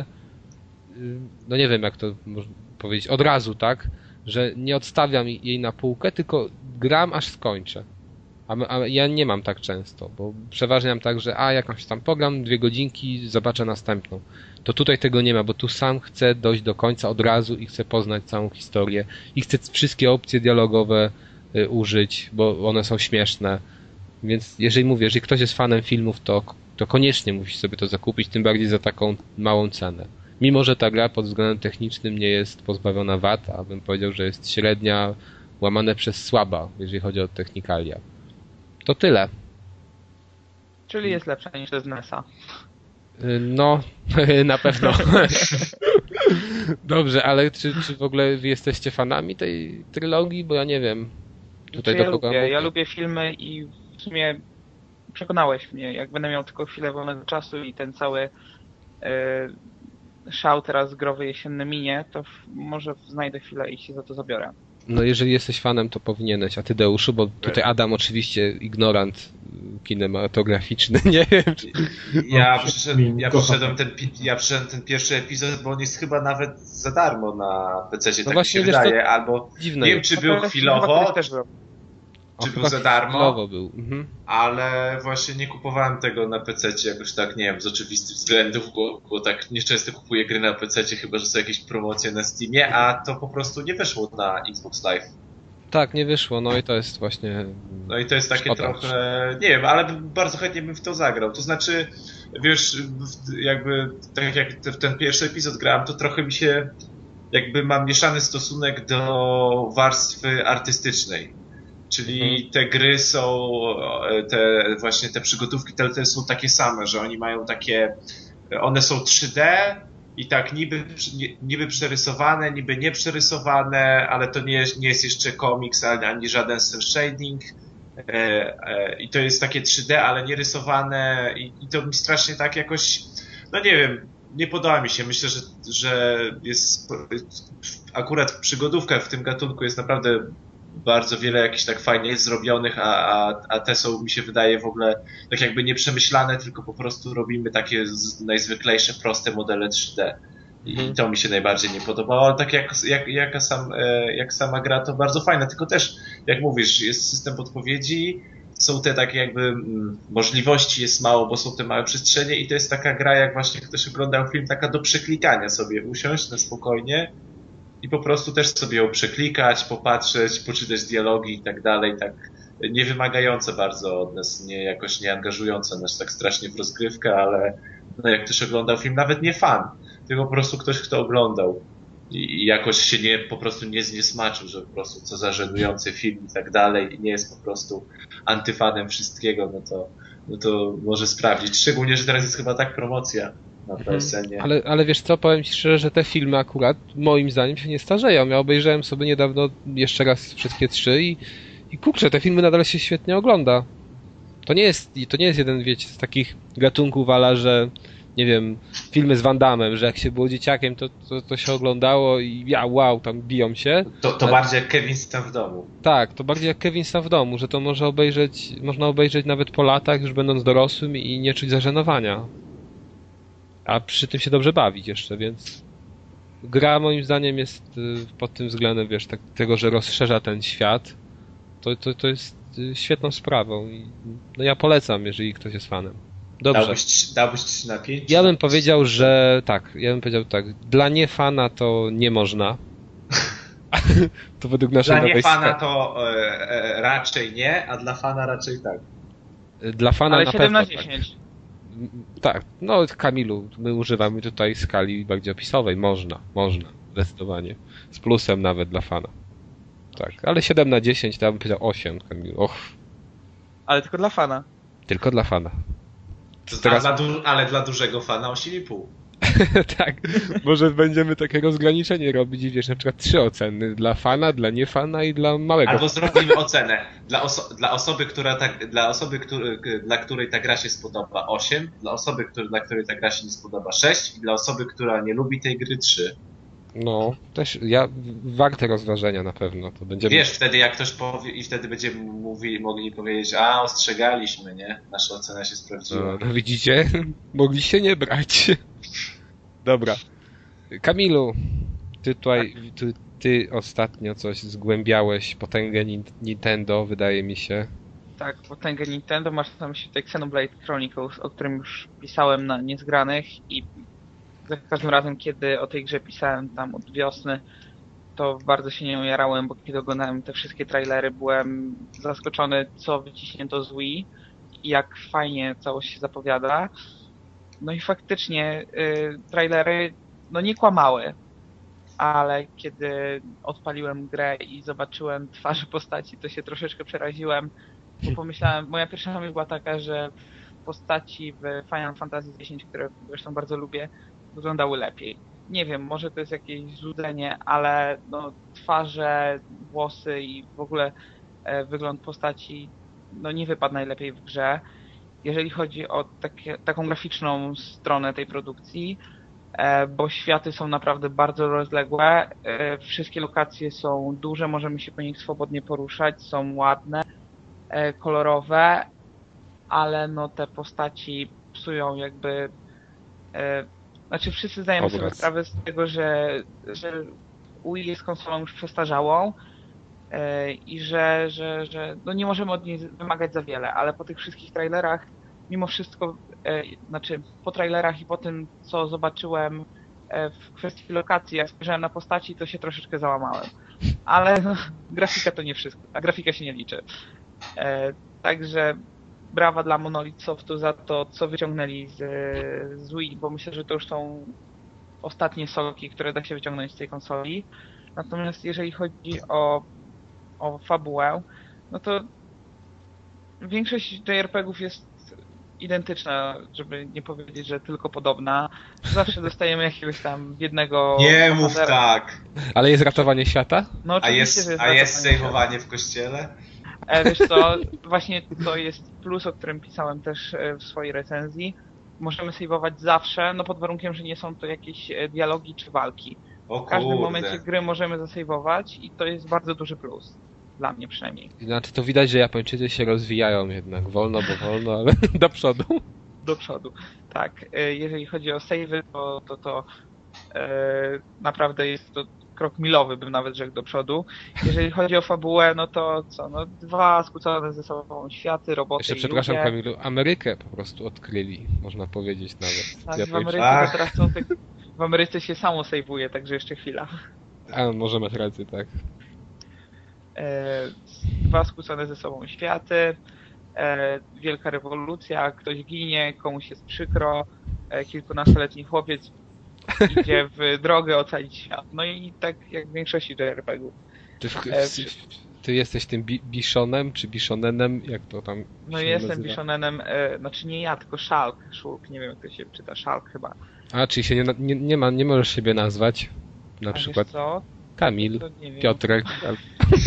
no nie wiem jak to można powiedzieć, od razu, tak? Że nie odstawiam jej na półkę, tylko gram aż skończę. A, a ja nie mam tak często, bo przeważnie mam tak, że a jakąś tam pogram, dwie godzinki, zobaczę następną. To tutaj tego nie ma, bo tu sam chcę dojść do końca od razu i chcę poznać całą historię i chcę wszystkie opcje dialogowe y, użyć, bo one są śmieszne. Więc jeżeli mówię, jeżeli ktoś jest fanem filmów, to, to koniecznie musi sobie to zakupić, tym bardziej za taką małą cenę. Mimo że ta gra pod względem technicznym nie jest pozbawiona wad, a bym powiedział, że jest średnia, łamane przez słaba, jeżeli chodzi o technikalia. To tyle. Czyli jest lepsza niż to z N E S-a. No, na pewno. Dobrze, ale czy, czy w ogóle wy jesteście fanami tej trylogii? Bo ja nie wiem. Tutaj ja, do kogo lubię, ja lubię filmy i w sumie przekonałeś mnie. Jak będę miał tylko chwilę wolnego czasu i ten cały yy, szał teraz growy jesienny minie, to w, może znajdę chwilę i się za to zabiorę. No jeżeli jesteś fanem, to powinieneś. A ty, Deuszu, bo tutaj Adam oczywiście ignorant kinematograficzny, nie wiem. Czy... Ja, przyszedłem, ja, przyszedłem ten, ja przyszedłem ten pierwszy epizod, bo on jest chyba nawet za darmo na pececie, no tak mi się wydaje, albo dziwne nie wiem, czy był chwilowo, też był. czy o, był za darmo, był. Mhm. Ale właśnie nie kupowałem tego na pececie jakoś tak, nie wiem, z oczywistych względów, bo, bo tak nieczęsto kupuję gry na pececie, chyba że są jakieś promocje na Steamie, a to po prostu nie wyszło na Xbox Live. Tak, nie wyszło, no i to jest właśnie... No i to jest takie szkoda. trochę... Nie wiem, ale bardzo chętnie bym w to zagrał. To znaczy, wiesz, jakby tak jak w ten pierwszy epizod grałem, to trochę mi się... Jakby mam mieszany stosunek do warstwy artystycznej. Czyli mhm. te gry są... te właśnie te przygodówki Telltale są takie same, że oni mają takie... One są trzy D, i tak niby, niby przerysowane, niby nie przerysowane, ale to nie jest, nie jest jeszcze komiks ani, ani żaden cel shading. E, e, I to jest takie trzy D, ale nie rysowane i, i to mi strasznie tak jakoś, no nie wiem, nie podoba mi się. Myślę, że, że jest akurat w przygodówkach w tym gatunku jest naprawdę bardzo wiele jakichś tak fajnie zrobionych, a, a, a te są, mi się wydaje, w ogóle tak jakby nieprzemyślane, tylko po prostu robimy takie z, najzwyklejsze, proste modele trzy D. I Mhm. to mi się najbardziej nie podobało, ale tak jak, jak, jak, sam, jak sama gra, to bardzo fajna, tylko też, jak mówisz, jest system podpowiedzi, są te takie jakby mm, możliwości jest mało, bo są te małe przestrzenie i to jest taka gra, jak właśnie ktoś oglądał film, taka do przeklikania sobie, usiąść na spokojnie i po prostu też sobie ją przeklikać, popatrzeć, poczytać dialogi i tak dalej, tak nie wymagające bardzo od nas, nie jakoś nie angażujące nas tak strasznie w rozgrywkę, ale no jak ktoś oglądał film, nawet nie fan, tylko po prostu ktoś, kto oglądał i, i jakoś się nie, po prostu nie zniesmaczył, że po prostu co za żenujący film i tak dalej i nie jest po prostu antyfanem wszystkiego, no to, no to może sprawdzić. Szczególnie, że teraz jest chyba tak promocja na P S N-ie. Ale, ale wiesz co, powiem ci szczerze, że te filmy akurat moim zdaniem się nie starzeją. Ja obejrzałem sobie niedawno jeszcze raz wszystkie trzy i, i kurczę, te filmy nadal się świetnie ogląda. To nie jest, to nie jest jeden, wiecie, z takich gatunków ala, że nie wiem, filmy z Van Damme, że jak się było dzieciakiem, to, to, to się oglądało i ja, wow, tam biją się. To, to bardziej jak Kevin Stan w domu. Tak, to bardziej jak Kevin Stan w domu, że to może obejrzeć, można obejrzeć nawet po latach, już będąc dorosłym i nie czuć zażenowania. A przy tym się dobrze bawić jeszcze, więc gra moim zdaniem jest pod tym względem, wiesz, tak, tego, że rozszerza ten świat, to, to, to jest świetną sprawą i no ja polecam, jeżeli ktoś jest fanem. Dobrze. Dałbyś, dałbyś trzy na pięć? Ja bym powiedział, że tak, ja bym powiedział tak, dla niefana to nie można. To według naszej Dla nowej niefana skali. to e, e, raczej nie, a dla fana raczej tak. Dla fana Ale na siedem pewno na tak. dziesięć. Tak, no Kamilu, my używamy tutaj skali bardziej opisowej, można, można, zdecydowanie. Z plusem nawet dla fana. Tak, ale siedem na dziesięć to ja bym powiedział osiem, Kamilu. Och, Ale tylko dla fana. tylko dla fana. To Teraz- dla du- ale dla dużego fana osiem i pół. Tak, może będziemy takie rozgraniczenie robić i wiesz, na przykład trzy oceny dla fana, dla niefana i dla małego. Albo zrobimy ocenę. Dla, oso- dla osoby, która tak, dla osoby, który, dla której ta gra się spodoba osiem, dla osoby, który, dla której ta gra się nie spodoba sześć i dla osoby, która nie lubi tej gry trzy. No, też ja warte rozważenia na pewno. To będziemy. Wiesz, wtedy jak ktoś powie i wtedy będziemy mówi, mogli powiedzieć, a ostrzegaliśmy, nie? Nasza ocena się sprawdziła. No, no widzicie? Mogliście nie brać. Dobra. Kamilu, ty tutaj, ty, ty ostatnio coś zgłębiałeś potęgę Nin- Nintendo, wydaje mi się. Tak, potęgę Nintendo, masz na myśli tutaj Xenoblade Chronicles, o którym już pisałem na Niezgranych i za każdym razem, kiedy o tej grze pisałem tam od wiosny, to bardzo się nią jarałem, bo kiedy oglądałem te wszystkie trailery, byłem zaskoczony, co wyciśnięto z Wii i jak fajnie całość się zapowiada. No i faktycznie y, trailery no nie kłamały, ale kiedy odpaliłem grę i zobaczyłem twarze postaci, to się troszeczkę przeraziłem, bo pomyślałem, moja pierwsza myśl była taka, że postaci w Final Fantasy X, które zresztą bardzo lubię, wyglądały lepiej. Nie wiem, może to jest jakieś złudzenie, ale no, twarze, włosy i w ogóle e, wygląd postaci no, nie wypadł najlepiej w grze. Jeżeli chodzi o takie, taką graficzną stronę tej produkcji, e, bo światy są naprawdę bardzo rozległe, e, wszystkie lokacje są duże, możemy się po nich swobodnie poruszać, są ładne, e, kolorowe, ale no te postaci psują jakby e, znaczy wszyscy zdajemy sobie Obraz. sprawę z tego, że, że Wii jest konsolą już przestarzałą e, i że, że, że no nie możemy od niej wymagać za wiele, ale po tych wszystkich trailerach mimo wszystko, e, znaczy po trailerach i po tym, co zobaczyłem e, w kwestii lokacji, jak spojrzałem na postaci, to się troszeczkę załamałem. Ale no, grafika to nie wszystko, a grafika się nie liczy. E, także brawa dla Monolith Softu za to, co wyciągnęli z, z Wii, bo myślę, że to już są ostatnie soki, które da się wyciągnąć z tej konsoli. Natomiast jeżeli chodzi o, o fabułę, no to większość J R P G ów jest identyczna, żeby nie powiedzieć, że tylko podobna. Zawsze dostajemy jakiegoś tam biednego... Nie mów bohatera. tak! Ale jest ratowanie świata? No A oczywiście, jest, że jest a jest ratowanie sejwowanie w kościele? E, Wiesz co, właśnie to jest plus, o którym pisałem też e, w swojej recenzji. Możemy sejwować zawsze, no pod warunkiem, że nie są to jakieś e, dialogi czy walki. O W każdym kurde. momencie gry możemy zasejwować i to jest bardzo duży plus. Dla mnie przynajmniej. Znaczy to widać, że Japończycy się rozwijają jednak. Wolno, bo wolno, ale do przodu. Do przodu. Tak, e, jeżeli chodzi o sejwy, to, to, to e, naprawdę jest to krok milowy, bym nawet rzekł, do przodu. Jeżeli chodzi o fabułę, no to co, no dwa skłócone ze sobą światy, roboty Jeszcze i przepraszam ludzie. Kamilu, Amerykę po prostu odkryli, można powiedzieć nawet. Tak, w Japończycy. Ameryce Ach. to teraz są te... W Ameryce się samo sejwuje, także jeszcze chwila. A, może masz rację, tak. E, dwa skłócone ze sobą światy, e, wielka rewolucja, ktoś ginie, komuś jest przykro, e, kilkunastoletni chłopiec idzie w drogę ocalić świat. No i tak jak w większości J R P G-ów. Ty, w, E, w, ty jesteś tym bi Bishonem, czy Bishonenem, jak to tam No się jestem nazywa? Bishonenem, e, znaczy nie ja, tylko Shulk, Shulk, nie wiem jak to się czyta, Shulk chyba. A, czyli się nie, nie, nie, ma, nie możesz siebie nazwać, na A przykład wiesz co? Kamil, To nie wiem. Piotrek. al-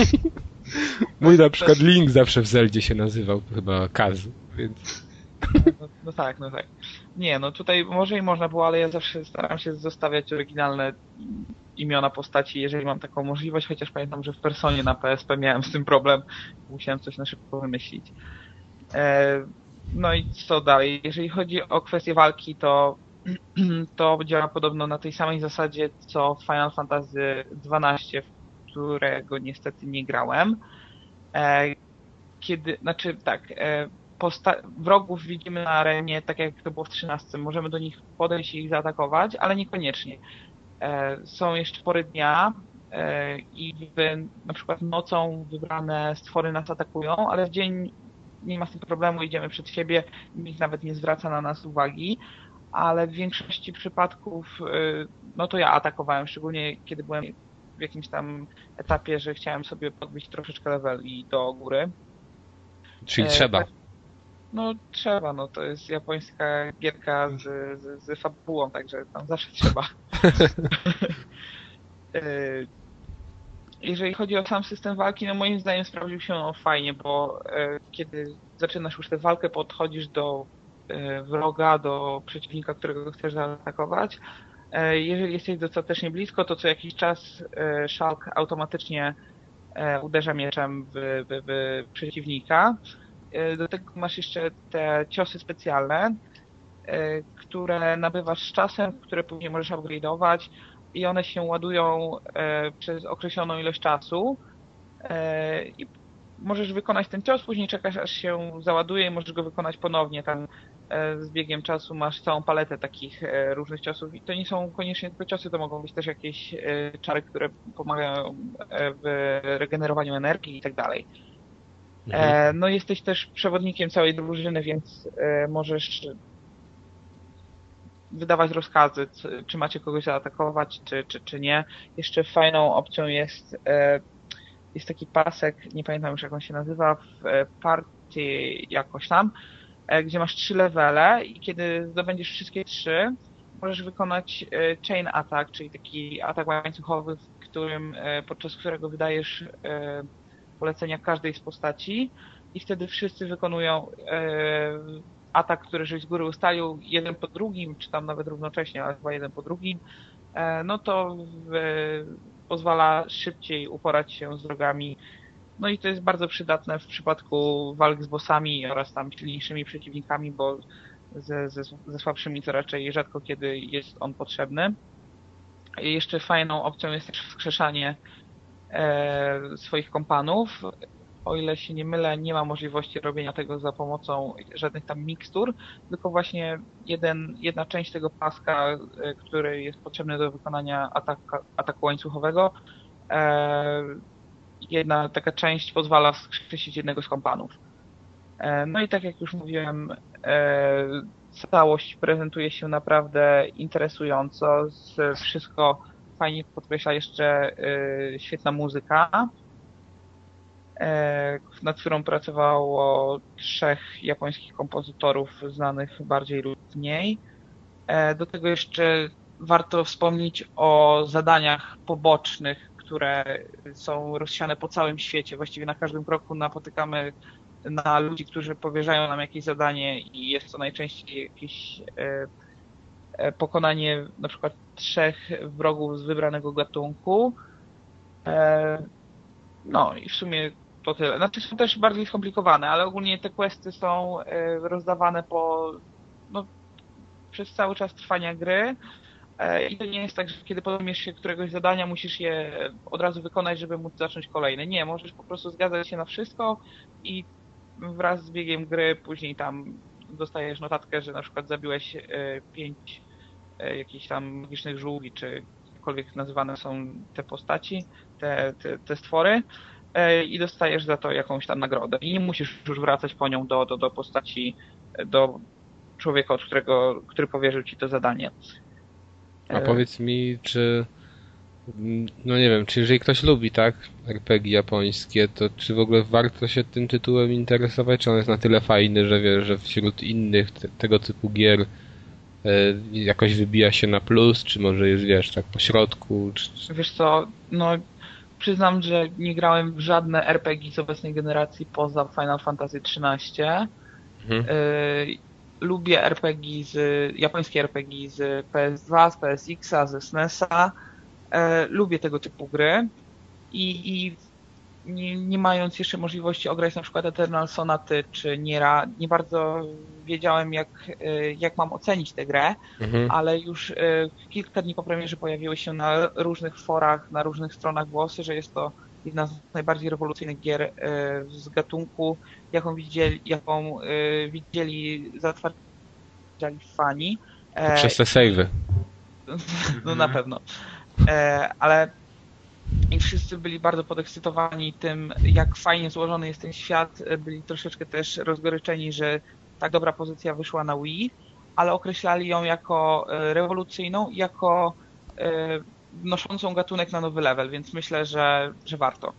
Mój na przykład Link zawsze w Zeldzie się nazywał, chyba Kaz, więc... No, no tak, no tak. Nie, no tutaj może i można było, ale ja zawsze staram się zostawiać oryginalne imiona postaci, jeżeli mam taką możliwość, chociaż pamiętam, że w Personie na P S P miałem z tym problem, musiałem coś na szybko wymyślić. E, no i co dalej? Jeżeli chodzi o kwestię walki, to to działa podobno na tej samej zasadzie, co Final Fantasy dwanaście, w którego niestety nie grałem. E, kiedy, znaczy tak, e, Posta- wrogów widzimy na arenie, tak jak to było w trzynastce. Możemy do nich podejść i ich zaatakować, ale niekoniecznie. E, są jeszcze pory dnia e, i w, na przykład nocą wybrane stwory nas atakują, ale w dzień nie ma z tym problemu, idziemy przed siebie, nikt nawet nie zwraca na nas uwagi, ale w większości przypadków e, no to ja atakowałem, szczególnie kiedy byłem w jakimś tam etapie, że chciałem sobie podbić troszeczkę level i do góry. Czyli E, trzeba. tak, No trzeba, no to jest japońska gierka z, z, z fabułą, także tam zawsze trzeba. E, Jeżeli chodzi o sam system walki, no moim zdaniem sprawdził się on fajnie, bo e, kiedy zaczynasz już tę walkę, podchodzisz do e, wroga, do przeciwnika, którego chcesz zaatakować. E, jeżeli jesteś dostatecznie blisko, to co jakiś czas e, Shulk automatycznie e, uderza mieczem w, w, w przeciwnika. Do tego masz jeszcze te ciosy specjalne, które nabywasz z czasem, które później możesz upgrade'ować i one się ładują przez określoną ilość czasu i możesz wykonać ten cios, później czekasz aż się załaduje i możesz go wykonać ponownie. Tam z biegiem czasu masz całą paletę takich różnych ciosów i to nie są koniecznie tylko ciosy, to mogą być też jakieś czary, które pomagają w regenerowaniu energii i tak dalej. E, no jesteś też przewodnikiem całej drużyny, więc e, możesz wydawać rozkazy, c- czy macie kogoś zaatakować, czy, czy, czy nie. Jeszcze fajną opcją jest e, jest taki pasek, nie pamiętam już jak on się nazywa, w e, party jakoś tam, e, gdzie masz trzy levele i kiedy zdobędziesz wszystkie trzy, możesz wykonać e, chain attack, czyli taki atak łańcuchowy, w którym, e, podczas którego wydajesz e, polecenia każdej z postaci i wtedy wszyscy wykonują e, atak, który żeś z góry ustalił, jeden po drugim, czy tam nawet równocześnie, ale chyba jeden po drugim, e, no to w, pozwala szybciej uporać się z wrogami. No i to jest bardzo przydatne w przypadku walk z bossami oraz tam silniejszymi przeciwnikami, bo ze, ze, ze słabszymi to raczej rzadko kiedy jest on potrzebny. I jeszcze fajną opcją jest też wskrzeszanie e, swoich kompanów. O ile się nie mylę, nie ma możliwości robienia tego za pomocą żadnych tam mikstur, tylko właśnie jeden, jedna część tego paska, e, który jest potrzebny do wykonania ataka, ataku łańcuchowego, e, jedna taka część pozwala wskrzesić jednego z kompanów. E, no i tak jak już mówiłem, e, całość prezentuje się naprawdę interesująco, z, wszystko fajnie podkreśla jeszcze y, świetna muzyka. nad którą pracowało trzech japońskich kompozytorów znanych bardziej lub mniej. Do tego jeszcze warto wspomnieć o zadaniach pobocznych, które są rozsiane po całym świecie. Właściwie na każdym kroku napotykamy na ludzi, którzy powierzają nam jakieś zadanie i jest to najczęściej jakieś pokonanie na przykład trzech wrogów z wybranego gatunku. No i w sumie to tyle. Znaczy są też bardziej skomplikowane, ale ogólnie te questy są rozdawane po no, przez cały czas trwania gry. I to nie jest tak, że kiedy podejmiesz się któregoś zadania, musisz je od razu wykonać, żeby móc zacząć kolejne. Nie, możesz po prostu zgadzać się na wszystko i wraz z biegiem gry później tam dostajesz notatkę, że na przykład zabiłeś pięć jakichś tam magicznych żółwi, czy jakkolwiek nazywane są te postaci, te, te, te stwory i dostajesz za to jakąś tam nagrodę. I nie musisz już wracać po nią do, do, do postaci, do człowieka, od którego, który powierzył ci to zadanie. A powiedz mi, czy no nie wiem, czy jeżeli ktoś lubi, tak, er pe gie japońskie, to czy w ogóle warto się tym tytułem interesować, czy on jest na tyle fajny, że wiesz, że wśród innych te, tego typu gier e, jakoś wybija się na plus, czy może jest, wiesz, tak po środku? Czy... Wiesz co, no przyznam, że nie grałem w żadne er pe gie z obecnej generacji poza Final Fantasy trzynaście. Mhm. Y Lubię er pe gie z, japońskie er pe gie z pe es dwa, z pe es iks a, ze es en e s a. E, lubię tego typu gry i, i nie, nie mając jeszcze możliwości ograć na przykład Eternal Sonaty czy Niera, nie bardzo wiedziałem jak, jak mam ocenić tę grę, mhm. ale już kilka dni po premierze pojawiły się na różnych forach, na różnych stronach głosy, że jest to jedna z najbardziej rewolucyjnych gier z gatunku, jaką widzieli, jaką widzieli zatwardzali fani. Przez te save'y. No na pewno. Ale i wszyscy byli bardzo podekscytowani tym, jak fajnie złożony jest ten świat. Byli troszeczkę też rozgoryczeni, że tak dobra pozycja wyszła na Wii, ale określali ją jako rewolucyjną, jako wnoszącą gatunek na nowy level, więc myślę, że, że warto.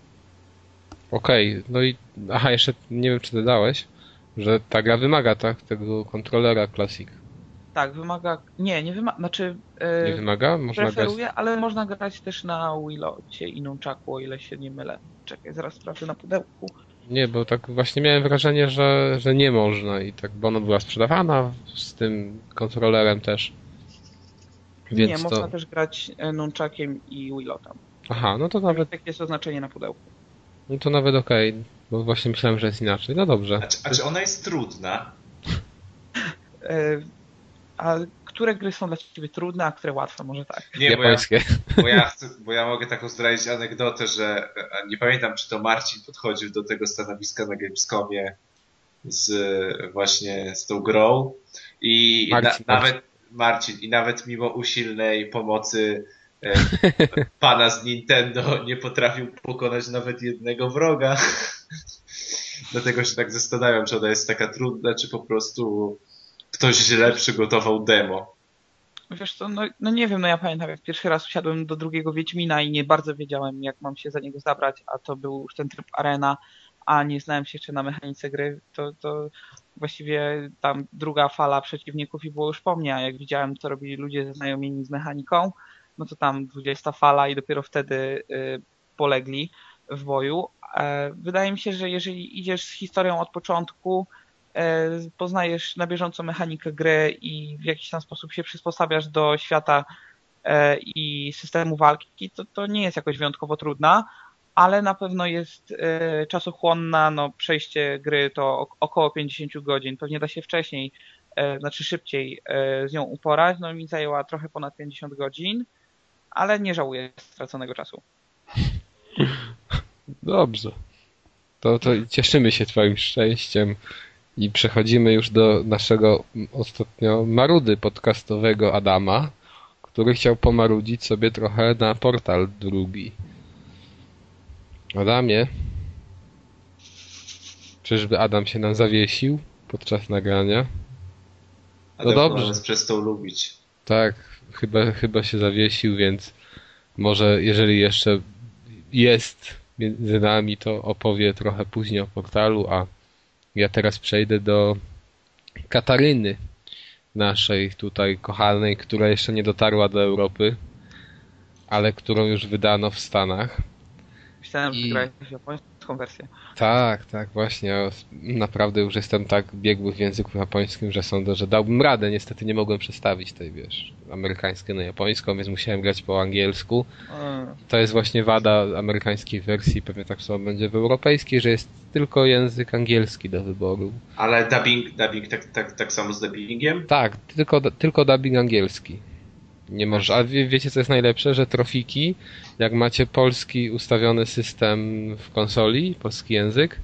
Okej, okay. No i aha, jeszcze nie wiem, czy dodałeś, że ta gra wymaga, tak, tego kontrolera Classic. Tak, wymaga, nie, nie wymaga, znaczy nie yy, wymaga? Można preferuję, grać... ale można grać też na Wiimocie i Nunchaku, o ile się nie mylę. Czekaj, zaraz sprawdzę na pudełku. Nie, bo tak właśnie miałem wrażenie, że, że nie można i tak, bo ona była sprzedawana z tym kontrolerem też. Więc nie, to... można też grać Nunchakiem i Wiimotem. Aha, no to nawet... Tak jest oznaczenie na pudełku. No to nawet okej, okay, bo właśnie myślałem, że jest inaczej. No dobrze. A czy, a czy ona jest trudna? A które gry są dla ciebie trudne, a które łatwe? Może tak. Nie, japońskie. Bo ja, bo, ja chcę, bo ja mogę taką zdradzić anegdotę, że nie pamiętam, czy to Marcin podchodził do tego stanowiska na Gamescomie z właśnie z tą grą i Marcin, na, nawet Marcin i nawet mimo usilnej pomocy e, pana z Nintendo nie potrafił pokonać nawet jednego wroga. Dlatego się tak zastanawiam, czy ona jest taka trudna, czy po prostu ktoś źle przygotował demo. Wiesz co, no, no nie wiem, no ja pamiętam, jak pierwszy raz usiadłem do drugiego Wiedźmina i nie bardzo wiedziałem, jak mam się za niego zabrać, a to był już ten tryb arena, a nie znałem się jeszcze na mechanice gry, to, to właściwie tam druga fala przeciwników i było już po mnie, a jak widziałem, co robili ludzie zaznajomieni z mechaniką, no to tam dwudziesta fala i dopiero wtedy y, polegli w boju. E, wydaje mi się, że jeżeli idziesz z historią od początku, poznajesz na bieżąco mechanikę gry i w jakiś tam sposób się przysposabiasz do świata i systemu walki, to, to nie jest jakoś wyjątkowo trudna, ale na pewno jest czasochłonna, no przejście gry to około pięćdziesiąt godzin, pewnie da się wcześniej, znaczy szybciej z nią uporać, no mi zajęła trochę ponad pięćdziesiąt godzin, ale nie żałuję straconego czasu. Dobrze. To, to cieszymy się twoim szczęściem. I przechodzimy już do naszego ostatnio marudy podcastowego Adama, który chciał pomarudzić sobie trochę na Portal drugi. Adamie, czyżby Adam się nam zawiesił podczas nagrania? No dobrze. Nas przestał lubić. Tak, chyba, chyba się zawiesił, więc może jeżeli jeszcze jest między nami, to opowie trochę później o portalu, a ja teraz przejdę do Kataryny, naszej tutaj kochanej, która jeszcze nie dotarła do Europy, ale którą już wydano w Stanach. Myślałem, I- że grałeś w japońską wersję. Tak, tak, właśnie. Ja naprawdę już jestem tak biegły w języku japońskim, że sądzę, że dałbym radę. Niestety nie mogłem przestawić tej, wiesz, amerykańskiej na japońską, więc musiałem grać po angielsku. Mm. To jest właśnie wada amerykańskiej wersji, pewnie tak samo będzie w europejskiej, że jest tylko język angielski do wyboru. Ale dubbing, dubbing tak, tak, tak samo z dubbingiem? Tak, tylko, tylko dubbing angielski. Nie może, a wie, wiecie co jest najlepsze? Że trofiki, jak macie polski ustawiony system w konsoli, polski język,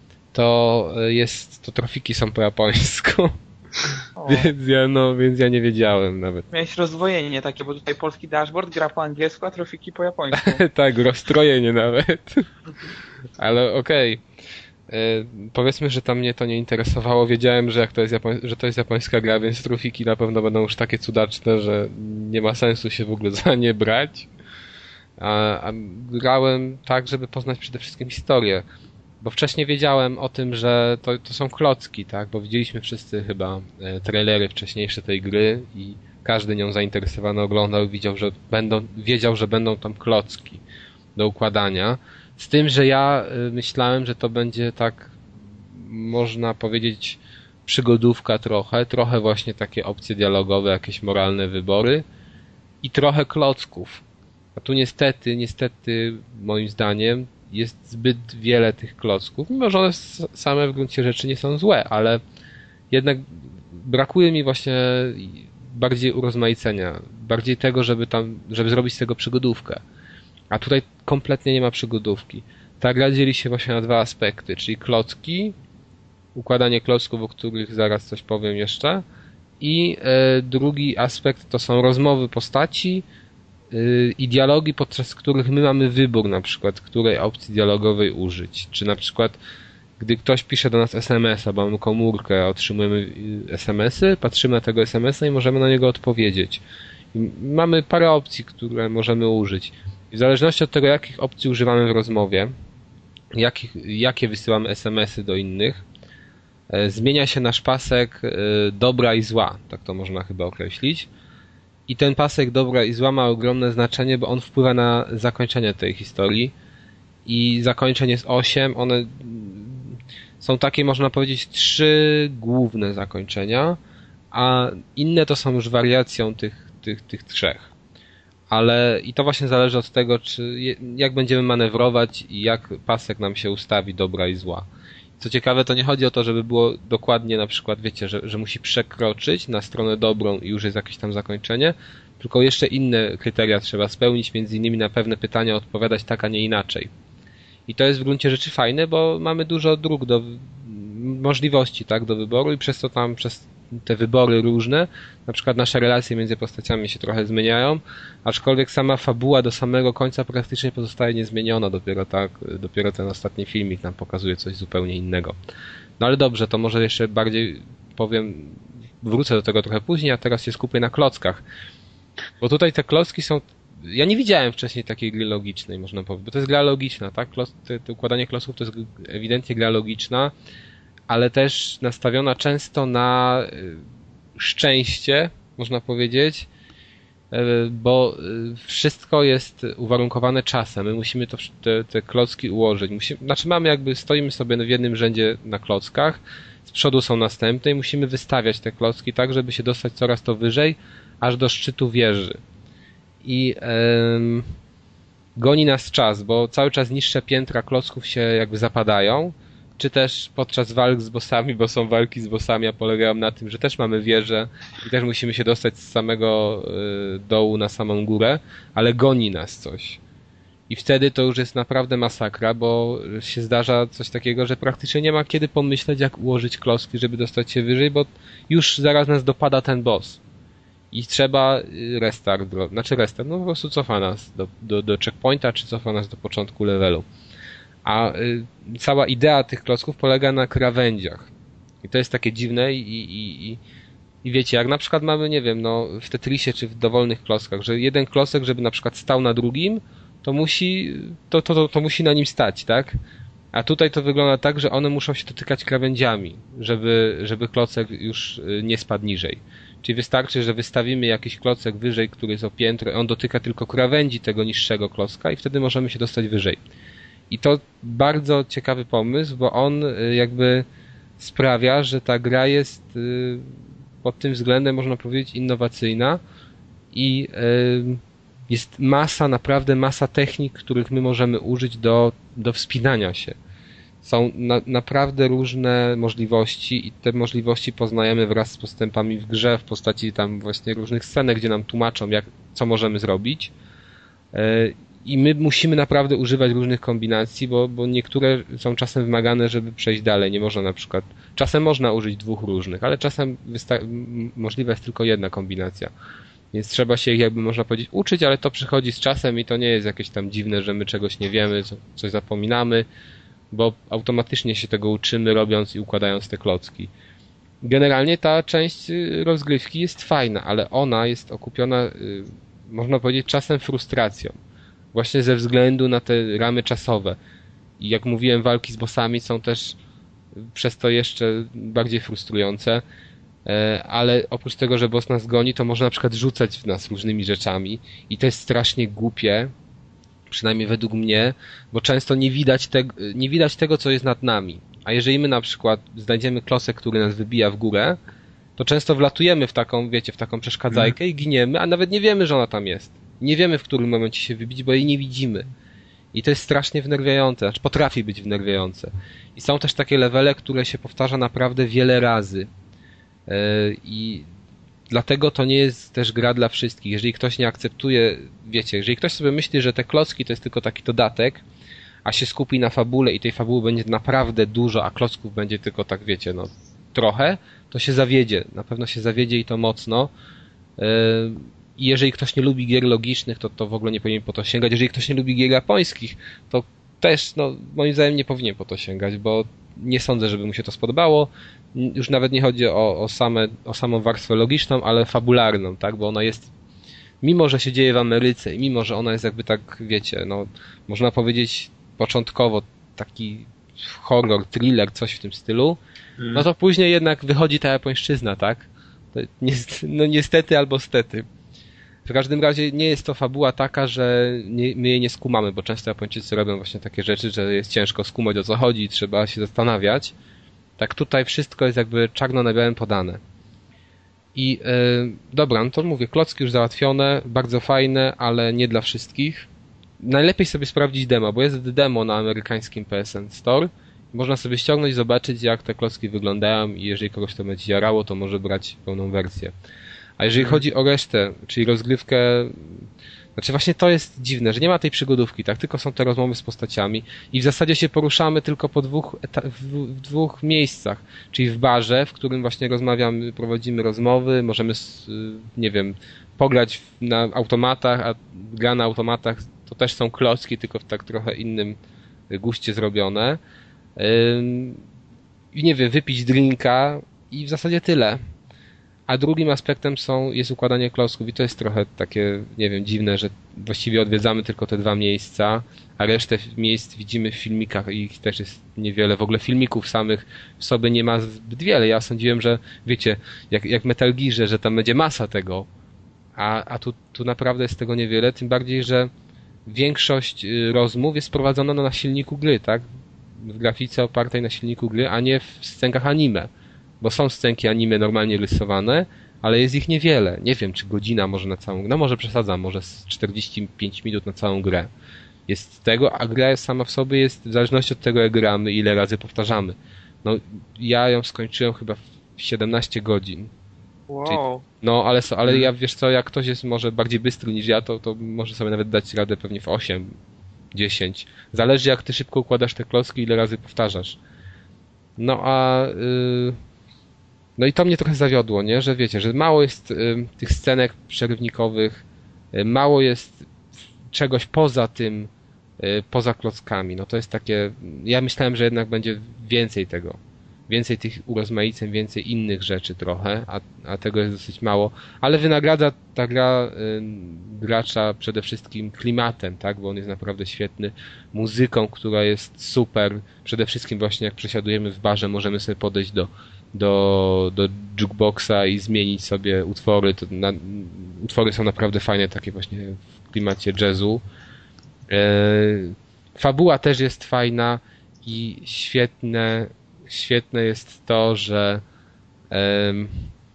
to jest, to trofiki są po japońsku. O, Więc ja, no, więc ja nie wiedziałem nawet. miałeś rozdwojenie takie, bo tutaj polski dashboard gra po angielsku, a trofiki po japońsku. Tak, rozstrojenie nawet. Ale okej. E, Powiedzmy, że tam mnie to nie interesowało. Wiedziałem, że jak to jest, japoń... że to jest japońska gra, więc trofiki na pewno będą już takie cudaczne, że nie ma sensu się w ogóle za nie brać. A, a grałem tak, żeby poznać przede wszystkim historię. Bo wcześniej wiedziałem o tym, że to, to są klocki, tak? Bo widzieliśmy wszyscy chyba e, trailery wcześniejsze tej gry i każdy nią zainteresowany oglądał i widział, że będą, wiedział, że będą tam klocki do układania. Z tym, że ja y, myślałem, że to będzie tak, można powiedzieć, przygodówka trochę, trochę właśnie takie opcje dialogowe, jakieś moralne wybory i trochę klocków. A tu niestety, niestety moim zdaniem jest zbyt wiele tych klocków, mimo że one s- same w gruncie rzeczy nie są złe, ale jednak brakuje mi właśnie bardziej urozmaicenia, bardziej tego, żeby tam, żeby zrobić z tego przygodówkę. A tutaj kompletnie nie ma przygodówki. Ta gra dzieli się właśnie na dwa aspekty, czyli klocki, układanie klocków, o których zaraz coś powiem jeszcze, i e, drugi aspekt to są rozmowy postaci e, i dialogi, podczas których my mamy wybór na przykład, której opcji dialogowej użyć. Czy na przykład gdy ktoś pisze do nas es em es a, bo mamy komórkę, otrzymujemy es em esy, patrzymy na tego es em esa i możemy na niego odpowiedzieć. I mamy parę opcji, które możemy użyć. W zależności od tego, jakich opcji używamy w rozmowie, jakich, jakie wysyłamy es em esy do innych, e, zmienia się nasz pasek e, dobra i zła, tak to można chyba określić. I ten pasek dobra i zła ma ogromne znaczenie, bo on wpływa na zakończenie tej historii. I zakończeń jest osiem, one mm, są takie, można powiedzieć, trzy główne zakończenia, a inne to są już wariacją tych, tych, tych trzech. Ale i to właśnie zależy od tego, czy je- jak będziemy manewrować i jak pasek nam się ustawi dobra i zła. Co ciekawe, to nie chodzi o to, żeby było dokładnie na przykład, wiecie, że, że musi przekroczyć na stronę dobrą i już jest jakieś tam zakończenie, tylko jeszcze inne kryteria trzeba spełnić, między innymi na pewne pytania odpowiadać tak, a nie inaczej. I to jest w gruncie rzeczy fajne, bo mamy dużo dróg do możliwości, tak, do wyboru i przez to tam, przez te wybory różne, na przykład nasze relacje między postaciami się trochę zmieniają, aczkolwiek sama fabuła do samego końca praktycznie pozostaje niezmieniona, dopiero tak, dopiero ten ostatni filmik nam pokazuje coś zupełnie innego. No ale dobrze, to może jeszcze bardziej powiem, wrócę do tego trochę później, a teraz się skupię na klockach. Bo tutaj te klocki są, ja nie widziałem wcześniej takiej gry logicznej, można powiedzieć, bo to jest gra logiczna, tak? Klos, te, te układanie klocków to jest ewidentnie gra logiczna, ale też nastawiona często na y, szczęście, można powiedzieć, y, bo y, wszystko jest uwarunkowane czasem. My musimy to, te, te klocki ułożyć. Musimy, znaczy mamy jakby, stoimy sobie w jednym rzędzie na klockach, z przodu są następne i musimy wystawiać te klocki tak, żeby się dostać coraz to wyżej, aż do szczytu wieży. I ym, goni nas czas, bo cały czas niższe piętra klocków się jakby zapadają, czy też podczas walk z bossami, bo są walki z bossami, a polegają na tym, że też mamy wieżę i też musimy się dostać z samego y, dołu na samą górę, ale goni nas coś. I wtedy to już jest naprawdę masakra, bo się zdarza coś takiego, że praktycznie nie ma kiedy pomyśleć, jak ułożyć klocki, żeby dostać się wyżej, bo już zaraz nas dopada ten boss. I trzeba restart, znaczy restart, no po prostu cofa nas do, do, do checkpointa, czy cofa nas do początku levelu. A y, cała idea tych klocków polega na krawędziach. I to jest takie dziwne i, i, i, i wiecie, jak na przykład mamy, nie wiem, no w Tetrisie czy w dowolnych klockach, że jeden klocek, żeby na przykład stał na drugim, to musi, to, to, to, to musi na nim stać, tak? A tutaj to wygląda tak, że one muszą się dotykać krawędziami, żeby, żeby klocek już nie spadł niżej. Czyli wystarczy, że wystawimy jakiś klocek wyżej, który jest o piętro, on dotyka tylko krawędzi tego niższego klocka i wtedy możemy się dostać wyżej. I to bardzo ciekawy pomysł, bo on jakby sprawia, że ta gra jest pod tym względem, można powiedzieć, innowacyjna i jest masa, naprawdę masa technik, których my możemy użyć do, do wspinania się. Są na, naprawdę różne możliwości i te możliwości poznajemy wraz z postępami w grze w postaci tam właśnie różnych scenek, gdzie nam tłumaczą, jak, co możemy zrobić. I my musimy naprawdę używać różnych kombinacji, bo, bo niektóre są czasem wymagane, żeby przejść dalej. Nie można na przykład... Czasem można użyć dwóch różnych, ale czasem wysta- możliwa jest tylko jedna kombinacja. Więc trzeba się, jakby można powiedzieć, uczyć, ale to przychodzi z czasem i to nie jest jakieś tam dziwne, że my czegoś nie wiemy, coś zapominamy, bo automatycznie się tego uczymy, robiąc i układając te klocki. Generalnie ta część rozgrywki jest fajna, ale ona jest okupiona, można powiedzieć, czasem frustracją. Właśnie ze względu na te ramy czasowe. I jak mówiłem, walki z bossami są też przez to jeszcze bardziej frustrujące. Ale oprócz tego, że boss nas goni, to można na przykład rzucać w nas różnymi rzeczami. I to jest strasznie głupie, przynajmniej według mnie, bo często nie widać, te, nie widać tego, co jest nad nami. A jeżeli my na przykład znajdziemy klocek, który nas wybija w górę, to często wlatujemy w taką, wiecie, w taką przeszkadzajkę mm. i giniemy, a nawet nie wiemy, że ona tam jest. Nie wiemy, w którym momencie się wybić, bo jej nie widzimy. I to jest strasznie wnerwiające, znaczy potrafi być wnerwiające. I są też takie levele, które się powtarza naprawdę wiele razy. I dlatego to nie jest też gra dla wszystkich. Jeżeli ktoś nie akceptuje, wiecie, jeżeli ktoś sobie myśli, że te klocki to jest tylko taki dodatek, a się skupi na fabule i tej fabuły będzie naprawdę dużo, a klocków będzie tylko tak, wiecie, no trochę, to się zawiedzie. Na pewno się zawiedzie i to mocno. I jeżeli ktoś nie lubi gier logicznych, to, to w ogóle nie powinien po to sięgać. Jeżeli ktoś nie lubi gier japońskich, to też, no, moim zdaniem nie powinien po to sięgać, bo nie sądzę, żeby mu się to spodobało. Już nawet nie chodzi o, o, same, o samą warstwę logiczną, ale fabularną, tak, bo ona jest, mimo że się dzieje w Ameryce i mimo że ona jest jakby tak, wiecie, no, można powiedzieć początkowo taki horror, thriller, coś w tym stylu, mm. no to później jednak wychodzi ta japońszczyzna, tak? To niestety, no niestety albo stety. W każdym razie nie jest to fabuła taka, że nie, my jej nie skumamy, bo często Japończycy robią właśnie takie rzeczy, że jest ciężko skumać, o co chodzi i trzeba się zastanawiać. Tak tutaj wszystko jest jakby czarno na białym podane. I yy, dobra, no to mówię, klocki już załatwione, bardzo fajne, ale nie dla wszystkich. Najlepiej sobie sprawdzić demo, bo jest demo na amerykańskim P S N Store. Można sobie ściągnąć, zobaczyć, jak te klocki wyglądają i jeżeli kogoś to będzie jarało, to może brać pełną wersję. A jeżeli chodzi o resztę, czyli rozgrywkę, znaczy właśnie to jest dziwne, że nie ma tej przygodówki, tak? Tylko są te rozmowy z postaciami i w zasadzie się poruszamy tylko po dwóch, w, w dwóch miejscach, czyli w barze, w którym właśnie rozmawiamy, prowadzimy rozmowy, możemy, nie wiem, pograć na automatach, a gra na automatach to też są klocki, tylko w tak trochę innym guście zrobione. I nie wiem, wypić drinka i w zasadzie tyle. A drugim aspektem są, jest układanie klocków i to jest trochę takie, nie wiem, dziwne, że właściwie odwiedzamy tylko te dwa miejsca, a resztę miejsc widzimy w filmikach i ich też jest niewiele. W ogóle filmików samych w sobie nie ma zbyt wiele. Ja sądziłem, że wiecie, jak, jak Metal Gearze, że tam będzie masa tego, a, a tu, tu naprawdę jest tego niewiele, tym bardziej, że większość rozmów jest prowadzona na silniku gry, tak? W grafice opartej na silniku gry, a nie w scenkach anime. Bo są scenki anime normalnie rysowane, ale jest ich niewiele. Nie wiem, czy godzina może na całą grę. No może przesadzam, może z czterdzieści pięć minut na całą grę. Jest tego, a gra sama w sobie jest, w zależności od tego, jak gramy, ile razy powtarzamy. No, ja ją skończyłem chyba w siedemnaście godzin. Wow. Czyli, no, ale, ale ja, wiesz co, jak ktoś jest może bardziej bystry niż ja, to, to może sobie nawet dać radę pewnie w osiem, dziesięć. Zależy, jak ty szybko układasz te klocki, ile razy powtarzasz. No, a... Yy... No i to mnie trochę zawiodło, nie? Że wiecie, że mało jest y, tych scenek przerywnikowych, y, mało jest czegoś poza tym, y, poza klockami. No to jest takie, ja myślałem, że jednak będzie więcej tego. więcej tych urozmaiceń, więcej innych rzeczy trochę, a, a tego jest dosyć mało, ale wynagradza ta gra y, gracza przede wszystkim klimatem, tak, bo on jest naprawdę świetny, muzyką, która jest super, przede wszystkim właśnie jak przesiadujemy w barze, możemy sobie podejść do, do, do jukeboxa i zmienić sobie utwory, to na, utwory są naprawdę fajne, takie właśnie w klimacie jazzu. Y, fabuła też jest fajna i świetne Świetne jest to, że, um,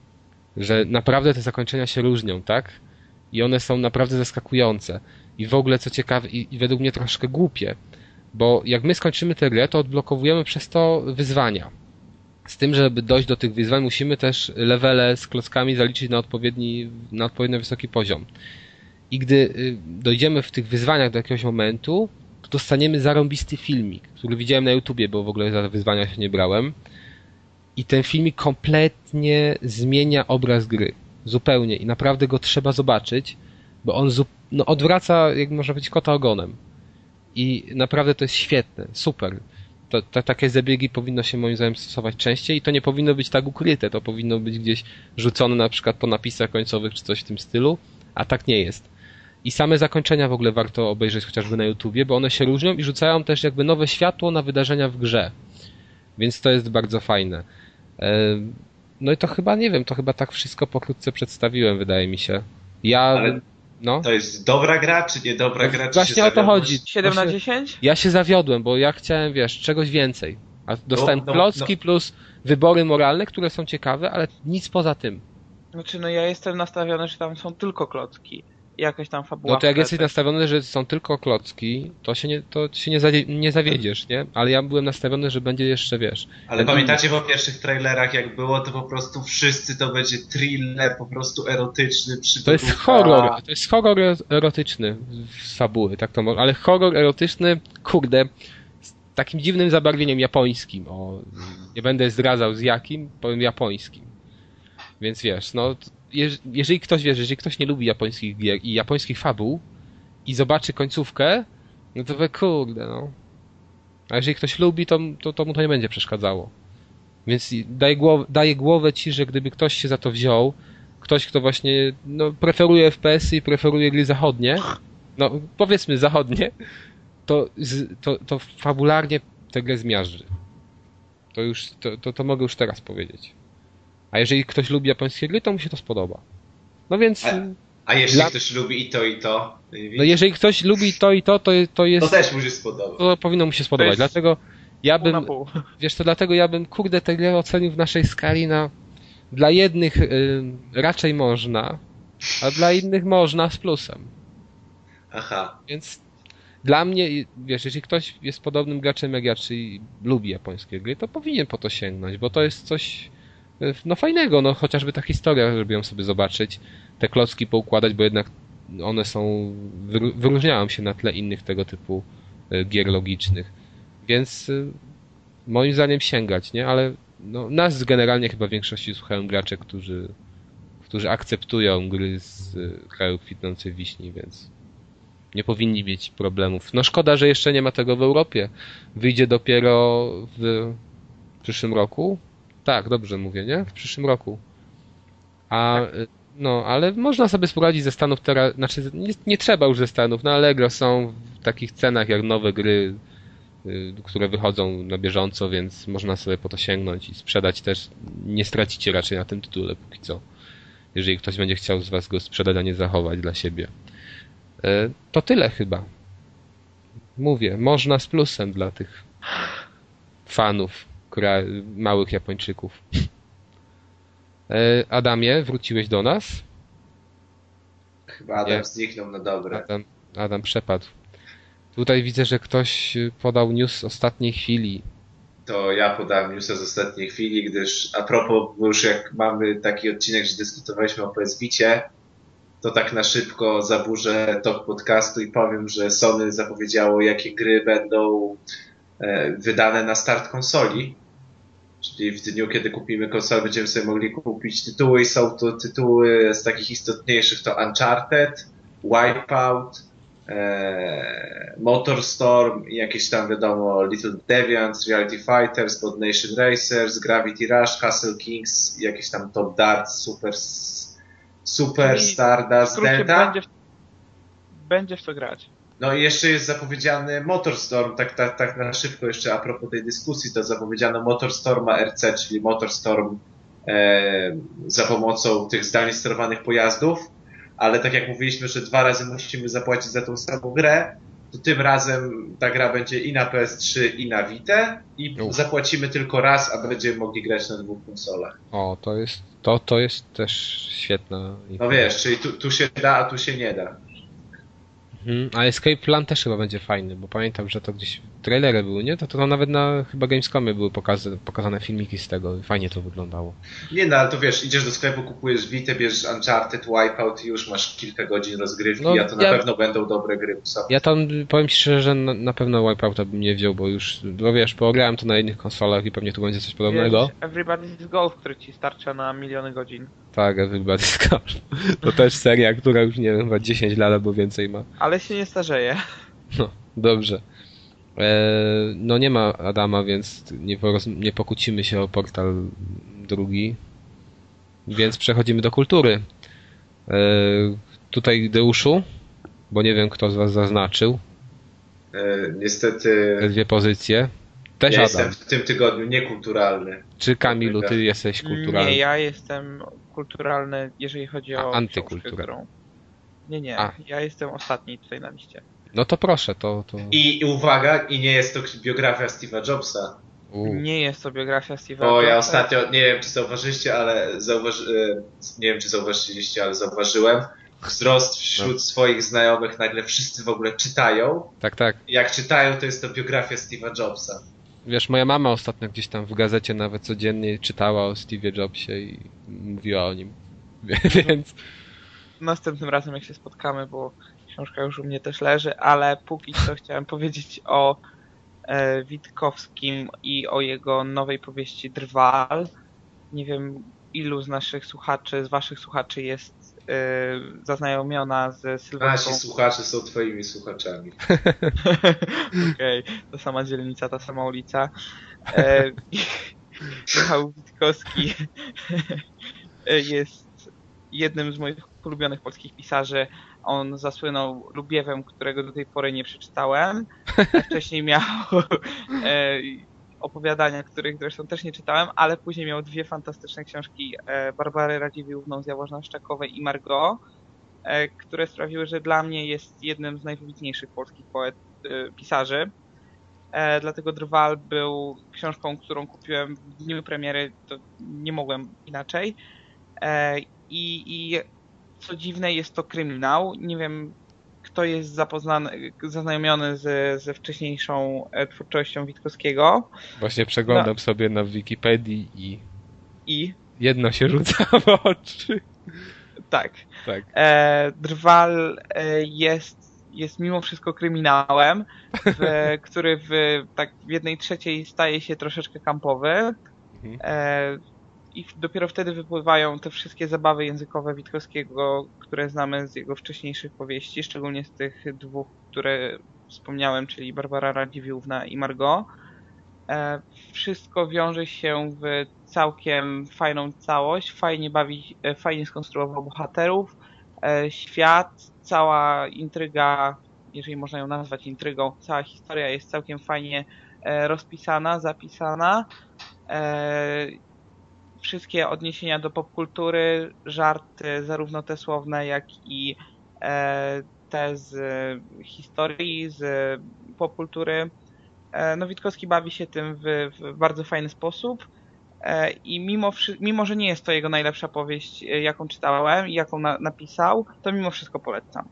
że naprawdę te zakończenia się różnią, tak? I one są naprawdę zaskakujące. I w ogóle co ciekawe, i, i według mnie troszkę głupie, bo jak my skończymy tę grę, to odblokowujemy przez to wyzwania. Z tym, żeby dojść do tych wyzwań, musimy też levele z klockami zaliczyć na odpowiedni, na odpowiednio wysoki poziom. I gdy dojdziemy w tych wyzwaniach do jakiegoś momentu, dostaniemy zarąbisty filmik, który widziałem na YouTubie, bo w ogóle za wyzwania się nie brałem. I ten filmik kompletnie zmienia obraz gry. Zupełnie. I naprawdę go trzeba zobaczyć, bo on zu- no, odwraca, jak można powiedzieć, kota ogonem. I naprawdę to jest świetne. Super. To, to, takie zabiegi powinno się moim zdaniem stosować częściej i to nie powinno być tak ukryte. To powinno być gdzieś rzucone na przykład po napisach końcowych czy coś w tym stylu, a tak nie jest. I same zakończenia w ogóle warto obejrzeć chociażby na YouTubie, bo one się różnią i rzucają też jakby nowe światło na wydarzenia w grze. Więc to jest bardzo fajne. No i to chyba, nie wiem, to chyba tak wszystko pokrótce przedstawiłem, wydaje mi się. Ja... Ale no. To jest dobra gra, czy niedobra gra? Czy Właśnie o to chodzi. siedem na dziesięć? Ja się zawiodłem, bo ja chciałem, wiesz, czegoś więcej. A dostałem no, no, klocki no. plus wybory moralne, które są ciekawe, ale nic poza tym. Znaczy, no ja jestem nastawiony, że tam są tylko klocki. Jakaś tam fabuła. No to jak jesteś nastawiony, że są tylko klocki, to się nie, to się nie, zawie, nie zawiedziesz, nie? Ale ja byłem nastawiony, że będzie jeszcze, wiesz... Ale pamiętacie po pierwszych trailerach, jak było, to po prostu wszyscy to będzie thriller, po prostu erotyczny. To jest horror, to jest horror erotyczny z fabuły, tak to może, ale horror erotyczny, kurde, z takim dziwnym zabarwieniem japońskim, o, nie będę zdradzał z jakim, powiem japońskim. Więc wiesz, no... Jeżeli ktoś wie, że jeżeli ktoś nie lubi japońskich gier i japońskich fabuł i zobaczy końcówkę, no to we kurde, no. A jeżeli ktoś lubi, to, to, to mu to nie będzie przeszkadzało. Więc daję głowę, daję głowę ci, że gdyby ktoś się za to wziął, ktoś, kto właśnie no, preferuje F P S y i preferuje gry zachodnie, no powiedzmy zachodnie, to, to, to fabularnie tę grę zmiażdży. To już, to, to, to mogę już teraz powiedzieć. A jeżeli ktoś lubi japońskie gry, to mu się to spodoba. No więc... A, a jeśli dla... ktoś lubi i to, i to? No jeżeli ktoś lubi to i to, to, to jest... To też mu się spodoba. To powinno mu się spodobać. jest dlatego ja pół bym... na pół. Wiesz, to dlatego ja bym, kurde, tę grę ocenił w naszej skali na... Dla jednych y, raczej można, a dla innych można z plusem. Aha. Więc dla mnie, wiesz, jeżeli ktoś jest podobnym graczem jak ja, czyli lubi japońskie gry, to powinien po to sięgnąć, bo to jest coś... no fajnego, no chociażby ta historia, żeby ją sobie zobaczyć, te klocki poukładać, bo jednak one są, wyróżniają się na tle innych tego typu gier logicznych, więc moim zdaniem sięgać, nie, ale no, nas generalnie chyba w większości słuchają gracze, którzy, którzy akceptują gry z kraju kwitnącej wiśni, więc nie powinni mieć problemów. No szkoda, że jeszcze nie ma tego w Europie. Wyjdzie dopiero w przyszłym roku. Tak, dobrze mówię, nie? W przyszłym roku. A, no, ale można sobie sprawdzić ze Stanów teraz, znaczy nie, nie trzeba już ze Stanów, na Allegro są w takich cenach jak nowe gry, y, które wychodzą na bieżąco, więc można sobie po to sięgnąć i sprzedać też. Nie stracicie raczej na tym tytule póki co. Jeżeli ktoś będzie chciał z was go sprzedać, a nie zachować dla siebie. Y, to tyle chyba. Mówię, można z plusem dla tych fanów małych Japończyków. Adamie, wróciłeś do nas? Chyba Adam Nie. zniknął na dobre. Adam, Adam przepadł. Tutaj widzę, że ktoś podał news z ostatniej chwili. To ja podałem newsa z ostatniej chwili, gdyż a propos, bo już jak mamy taki odcinek, że dyskutowaliśmy o P S Vicie, to tak na szybko zaburzę tok podcastu i powiem, że Sony zapowiedziało, jakie gry będą wydane na start konsoli. Czyli w dniu, kiedy kupimy konsolę, będziemy sobie mogli kupić tytuły i są to tytuły z takich istotniejszych to Uncharted, Wipeout, e, Motorstorm i jakieś tam wiadomo Little Deviants, Reality Fighters, Pod Nation Racers, Gravity Rush, Castle Kings i jakieś tam Top Darts, Super, Super Czyli Stardust w skrócie Delta. Będzie w, będzie w co grać. No i jeszcze jest zapowiedziany Motorstorm, tak, tak, tak na szybko jeszcze a propos tej dyskusji, to zapowiedziano Motorstorma R C, czyli Motorstorm e, za pomocą tych zdalnie sterowanych pojazdów, ale tak jak mówiliśmy, że dwa razy musimy zapłacić za tą samą grę, to tym razem ta gra będzie i na P S trzy i na Vita i Uf. zapłacimy tylko raz, a będziemy mogli grać na dwóch konsolach. O, to jest, to, to jest też świetna No wiesz, czyli tu, tu się da, a tu się nie da. Mhm. A Escape Plan też chyba będzie fajny, bo pamiętam, że to gdzieś trailery były, nie? To, to nawet na chyba Gamescomie były pokazy, pokazane filmiki z tego i fajnie to wyglądało. Nie no, ale to wiesz, idziesz do sklepu, kupujesz Vita, bierzesz Uncharted, Wipeout i już masz kilka godzin rozgrywki, No, a to na ja- pewno będą dobre gry. Sam. Ja tam powiem ci szczerze, że na, na pewno Wipeouta bym nie wziął, bo już, bo wiesz, pograłem to na innych konsolach i pewnie tu będzie coś podobnego. Wiesz, Everybody's Golf, który ci starcza na miliony godzin. Tak, Everybody's Golf. To też seria, która już nie wiem, chyba dziesięć lat albo więcej ma. Ale się nie starzeje. No, dobrze. Eee, no nie ma Adama, więc nie, poroz, nie pokłócimy się o portal drugi. Więc przechodzimy do kultury. Eee, tutaj Deuszu, bo nie wiem kto z was zaznaczył E, niestety te dwie pozycje. Też ja Adam. jestem w tym tygodniu niekulturalny. Czy Kamilu, ty jesteś kulturalny? Nie, ja jestem kulturalny, jeżeli chodzi A, o antykulturalny. książkę, którą... Nie, nie, A. ja jestem ostatni tutaj na liście. No to proszę, to... to... I, I uwaga, i nie jest to biografia Steve'a Jobsa. U. Nie jest to biografia Steve'a Bo ja Jobsa. ostatnio, nie wiem czy zauważyliście, ale zauważy, e, nie wiem czy zauważyliście, ale zauważyłem wzrost wśród No. swoich znajomych, nagle wszyscy w ogóle czytają. Tak, tak. Jak czytają, to jest to biografia Steve'a Jobsa. Wiesz, moja mama ostatnio gdzieś tam w gazecie nawet codziennie czytała o Steve'ie Jobsie i mówiła o nim. Więc... Następnym razem jak się spotkamy, bo książka już u mnie też leży, ale póki co chciałem powiedzieć o e, Witkowskim i o jego nowej powieści Drwal. Nie wiem ilu z naszych słuchaczy, z waszych słuchaczy jest e, zaznajomiona z Sylwestrą. Nasi słuchacze są twoimi słuchaczami. Okej, to sama dzielnica, ta sama ulica. E, Michał Witkowski jest jednym z moich ulubionych polskich pisarzy. On zasłynął Lubiewem, którego do tej pory nie przeczytałem. Wcześniej miał e, opowiadania, których zresztą też nie czytałem, ale później miał dwie fantastyczne książki e, Barbary Radziwiłłówną z Jaworzna-Szczakowej i Margot, e, które sprawiły, że dla mnie jest jednym z najwybitniejszych polskich poet, e, pisarzy. E, dlatego Drwal był książką, którą kupiłem w dniu premiery, to nie mogłem inaczej. E, i, I co dziwne, jest to kryminał. Nie wiem, kto jest zapoznany, zaznajomiony z, ze wcześniejszą e, twórczością Witkowskiego. Właśnie przeglądam No. sobie na Wikipedii i I jedno się rzuca w oczy. tak, Tak. e, Drwal e, jest, jest mimo wszystko kryminałem, w, który w, tak, w jednej trzeciej staje się troszeczkę kampowy. Mhm. E, I dopiero wtedy wypływają te wszystkie zabawy językowe Witkowskiego, które znamy z jego wcześniejszych powieści, szczególnie z tych dwóch, które wspomniałem, czyli Barbara Radziwiłłówna i Margot. E, wszystko wiąże się w całkiem fajną całość, fajnie bawi, e, fajnie skonstruował bohaterów, e, świat, cała intryga, jeżeli można ją nazwać intrygą, cała historia jest całkiem fajnie e, rozpisana, zapisana. E, Wszystkie odniesienia do popkultury, żarty, zarówno te słowne, jak i e, te z historii, z popkultury. E, no Witkowski bawi się tym w, w bardzo fajny sposób e, i mimo, mimo, że nie jest to jego najlepsza powieść, jaką czytałem i jaką na, napisał, to mimo wszystko polecam.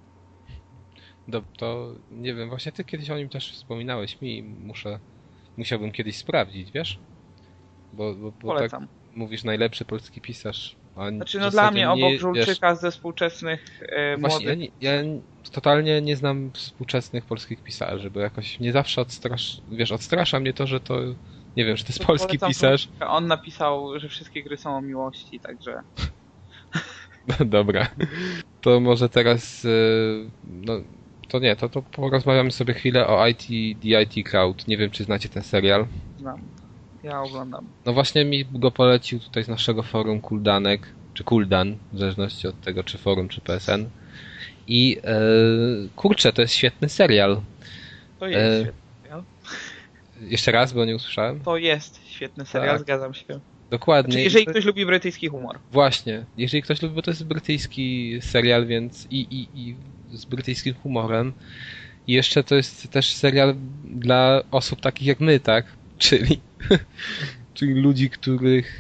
Dob- to nie wiem, właśnie ty kiedyś o nim też wspominałeś mi i muszę, musiałbym kiedyś sprawdzić, wiesz? Bo, bo, bo Polecam. tak mówisz najlepszy polski pisarz. A Znaczy w no zasadzie dla mnie nie- obok wiesz, Żulczyka ze współczesnych e, Właśnie, ja, młodych... nie, ja totalnie nie znam współczesnych polskich pisarzy, bo jakoś mnie zawsze odstrasz, wiesz, odstrasza mnie to, że to, nie wiem, że to jest polski Polecam pisarz. Żulczyka. On napisał, że wszystkie gry są o miłości, także... No dobra. To może teraz, e, no, to nie, to, to porozmawiamy sobie chwilę o I T, The I T Crowd. Nie wiem, czy znacie ten serial. Znam. Ja oglądam. No właśnie mi go polecił tutaj z naszego forum Kuldanek, czy Kuldan, w zależności od tego, czy forum, czy P S N. I e, kurczę, to jest świetny serial. To jest E, świetny serial. Jeszcze raz, bo nie usłyszałem. To jest świetny serial, Tak. zgadzam się. Dokładnie. Znaczy, jeżeli ktoś lubi brytyjski humor. Właśnie, jeżeli ktoś lubi, bo to jest brytyjski serial, więc i, i, i z brytyjskim humorem. I jeszcze to jest też serial dla osób takich jak my, tak? Czyli, czyli ludzi, których,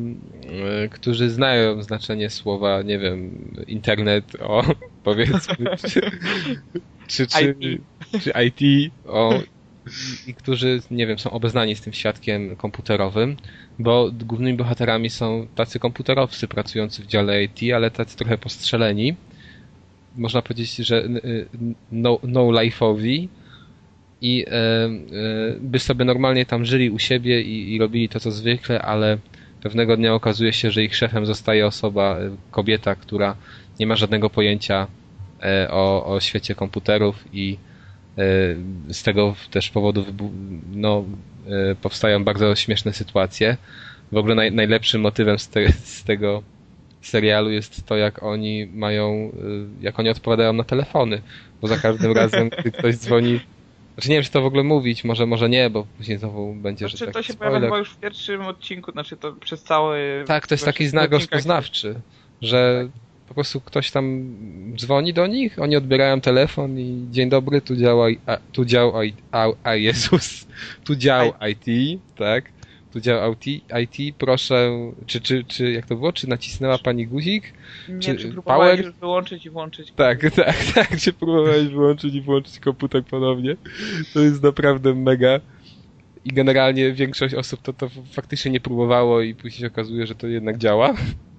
y, którzy znają znaczenie słowa, nie wiem, internet, o, powiedzmy, czy, czy, czy, I T. czy I T, o, i którzy, nie wiem, są obeznani z tym świadkiem komputerowym, bo głównymi bohaterami są tacy komputerowcy pracujący w dziale I T, ale tacy trochę postrzeleni. Można powiedzieć, że no, no life'owi i e, e, by sobie normalnie tam żyli u siebie i, i robili to co zwykle, ale pewnego dnia okazuje się, że ich szefem zostaje osoba, kobieta, która nie ma żadnego pojęcia e, o, o świecie komputerów i e, z tego też powodu wybu- no, e, powstają bardzo śmieszne sytuacje. W ogóle naj, najlepszym motywem z, te, z tego serialu jest to, jak oni mają, jak oni odpowiadają na telefony, bo za każdym razem, gdy ktoś dzwoni, znaczy nie wiem, czy to w ogóle mówić, może, może nie, bo później znowu będzie, Znaczy, że to taki się spoiler. pojawia chyba już w pierwszym odcinku, znaczy to przez cały... Tak, to jest taki we znak wszystkich odcinkach- rozpoznawczy, że po prostu ktoś tam dzwoni do nich, oni odbierają telefon i dzień dobry, tu działa, a, tu dział, I, a, a Jezus, tu dział I T, tak? Tu dział I T, I T, proszę, czy, czy, czy jak to było, czy nacisnęła pani guzik? Nie, Czy czy próbowałeś power? już wyłączyć i włączyć. Tak, tak, tak, czy próbowałeś wyłączyć i włączyć komputer ponownie. To jest naprawdę mega. I generalnie większość osób to, to faktycznie nie próbowało i później się okazuje, że to jednak działa.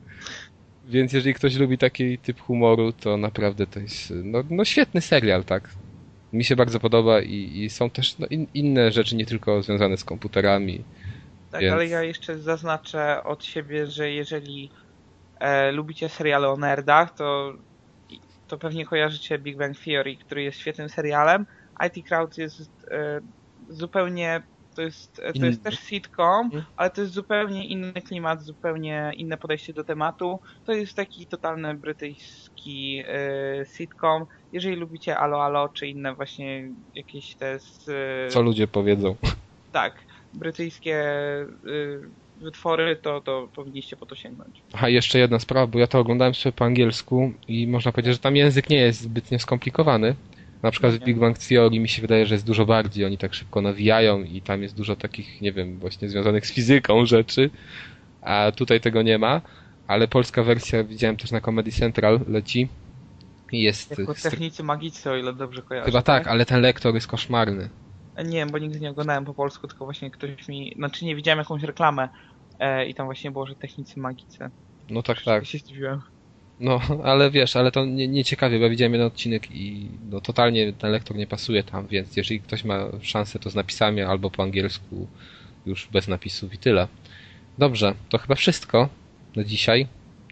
Więc jeżeli ktoś lubi taki typ humoru, to naprawdę to jest no, no świetny serial, tak. Mi się bardzo podoba i, i są też no, in, inne rzeczy, nie tylko związane z komputerami. Tak, Więc- ale ja jeszcze zaznaczę od siebie, że jeżeli e, lubicie seriale o nerdach, to, to pewnie kojarzycie Big Bang Theory, który jest świetnym serialem. I T Crowd jest e, zupełnie, to jest, to Inny. jest też sitcom, Mhm. ale to jest zupełnie inny klimat, zupełnie inne podejście do tematu. To jest taki totalny brytyjski e, sitcom. Jeżeli lubicie Alo Alo, czy inne właśnie jakieś te... Z, e, Co ludzie powiedzą. tak, brytyjskie y, wytwory, to, to powinniście po to sięgnąć. Aha, jeszcze jedna sprawa, bo ja to oglądałem sobie po angielsku i można powiedzieć, że tam język nie jest zbytnio skomplikowany. Na przykład w Nie. Big Bang Theory mi się wydaje, że jest dużo bardziej, oni tak szybko nawijają i tam jest dużo takich, nie wiem, właśnie związanych z fizyką rzeczy, a tutaj tego nie ma, ale polska wersja widziałem też na Comedy Central leci i jest... Jako str- technicy magicy, o ile dobrze kojarzę. Chyba tak, ale ten lektor jest koszmarny. Nie wiem, bo nigdy nie oglądałem po polsku, tylko właśnie ktoś mi... Znaczy nie, widziałem jakąś reklamę e, i tam właśnie było, że technicy magicy. No tak, tak. Ja się zdziwiłem. No, ale wiesz, ale to nie, nie ciekawie, bo ja widziałem jeden odcinek i no totalnie ten lektor nie pasuje tam, więc jeżeli ktoś ma szansę, to z napisami albo po angielsku już bez napisów i tyle. Dobrze, to chyba wszystko na dzisiaj.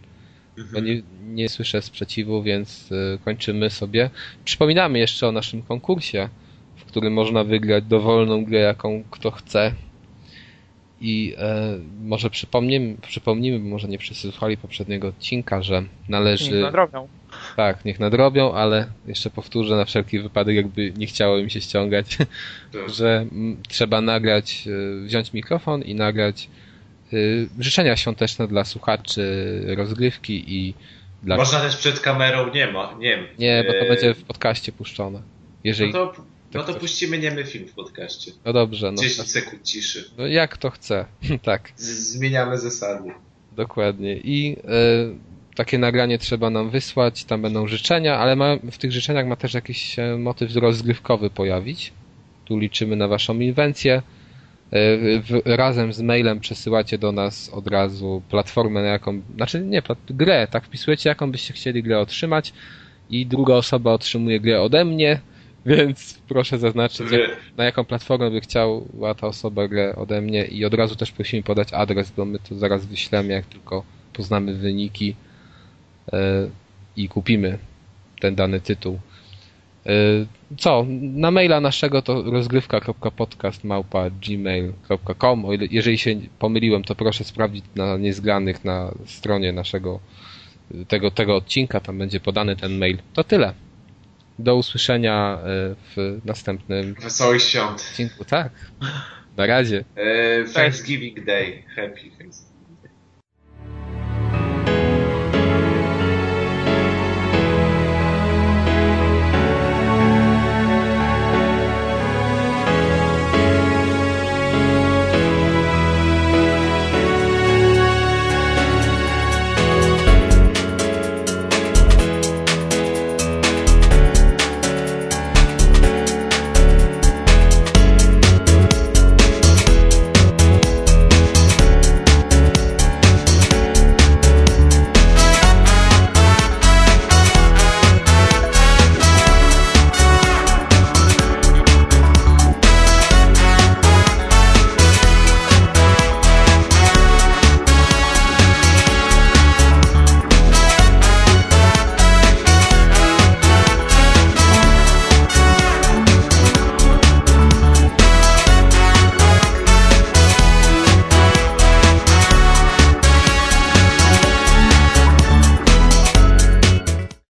Bo nie, nie słyszę sprzeciwu, więc y, kończymy sobie. Przypominamy jeszcze o naszym konkursie, w którym można wygrać dowolną grę, jaką kto chce. I e, może przypomnimy, przypomnimy, bo może nie wszyscy słuchali poprzedniego odcinka, że należy... Nie nadrobią. Tak, niech nadrobią, ale jeszcze powtórzę na wszelki wypadek, jakby nie chciało im się ściągać, Tak. że m, trzeba nagrać, y, wziąć mikrofon i nagrać y, życzenia świąteczne dla słuchaczy rozgrywki i dla... Można też przed kamerą, nie ma, nie wiem. Nie, bo to Eee, będzie w podcaście puszczone. Jeżeli... No to, no tak to coś- puścimy niemy film w podcaście. No dobrze, no, dziesięć sekund ciszy. no jak to chce. Tak, Z, zmieniamy zasady. dokładnie. I y, takie nagranie trzeba nam wysłać, tam będą życzenia, ale ma, w tych życzeniach ma też jakiś e, motyw rozgrywkowy pojawić. Tu liczymy na waszą inwencję. Y, w, razem z mailem przesyłacie do nas od razu platformę, na jaką, znaczy nie, plat, grę, tak wpisujecie, jaką byście chcieli grę otrzymać i druga osoba otrzymuje grę ode mnie, więc proszę zaznaczyć, jak, na jaką platformę by chciała ta osoba grę ode mnie i od razu też prosimy podać adres, bo my to zaraz wyślemy, jak tylko poznamy wyniki yy, i kupimy ten dany tytuł. Co? Na maila naszego to rozgrywka kropka podcast małpa gmail kropka com. O ile, jeżeli się pomyliłem, to proszę sprawdzić na niezgranych na stronie naszego tego, tego odcinka, tam będzie podany ten mail. To tyle. Do usłyszenia w następnym Wesołych świąt. odcinku. Tak. Na razie. Thanksgiving Day. Happy Thanksgiving.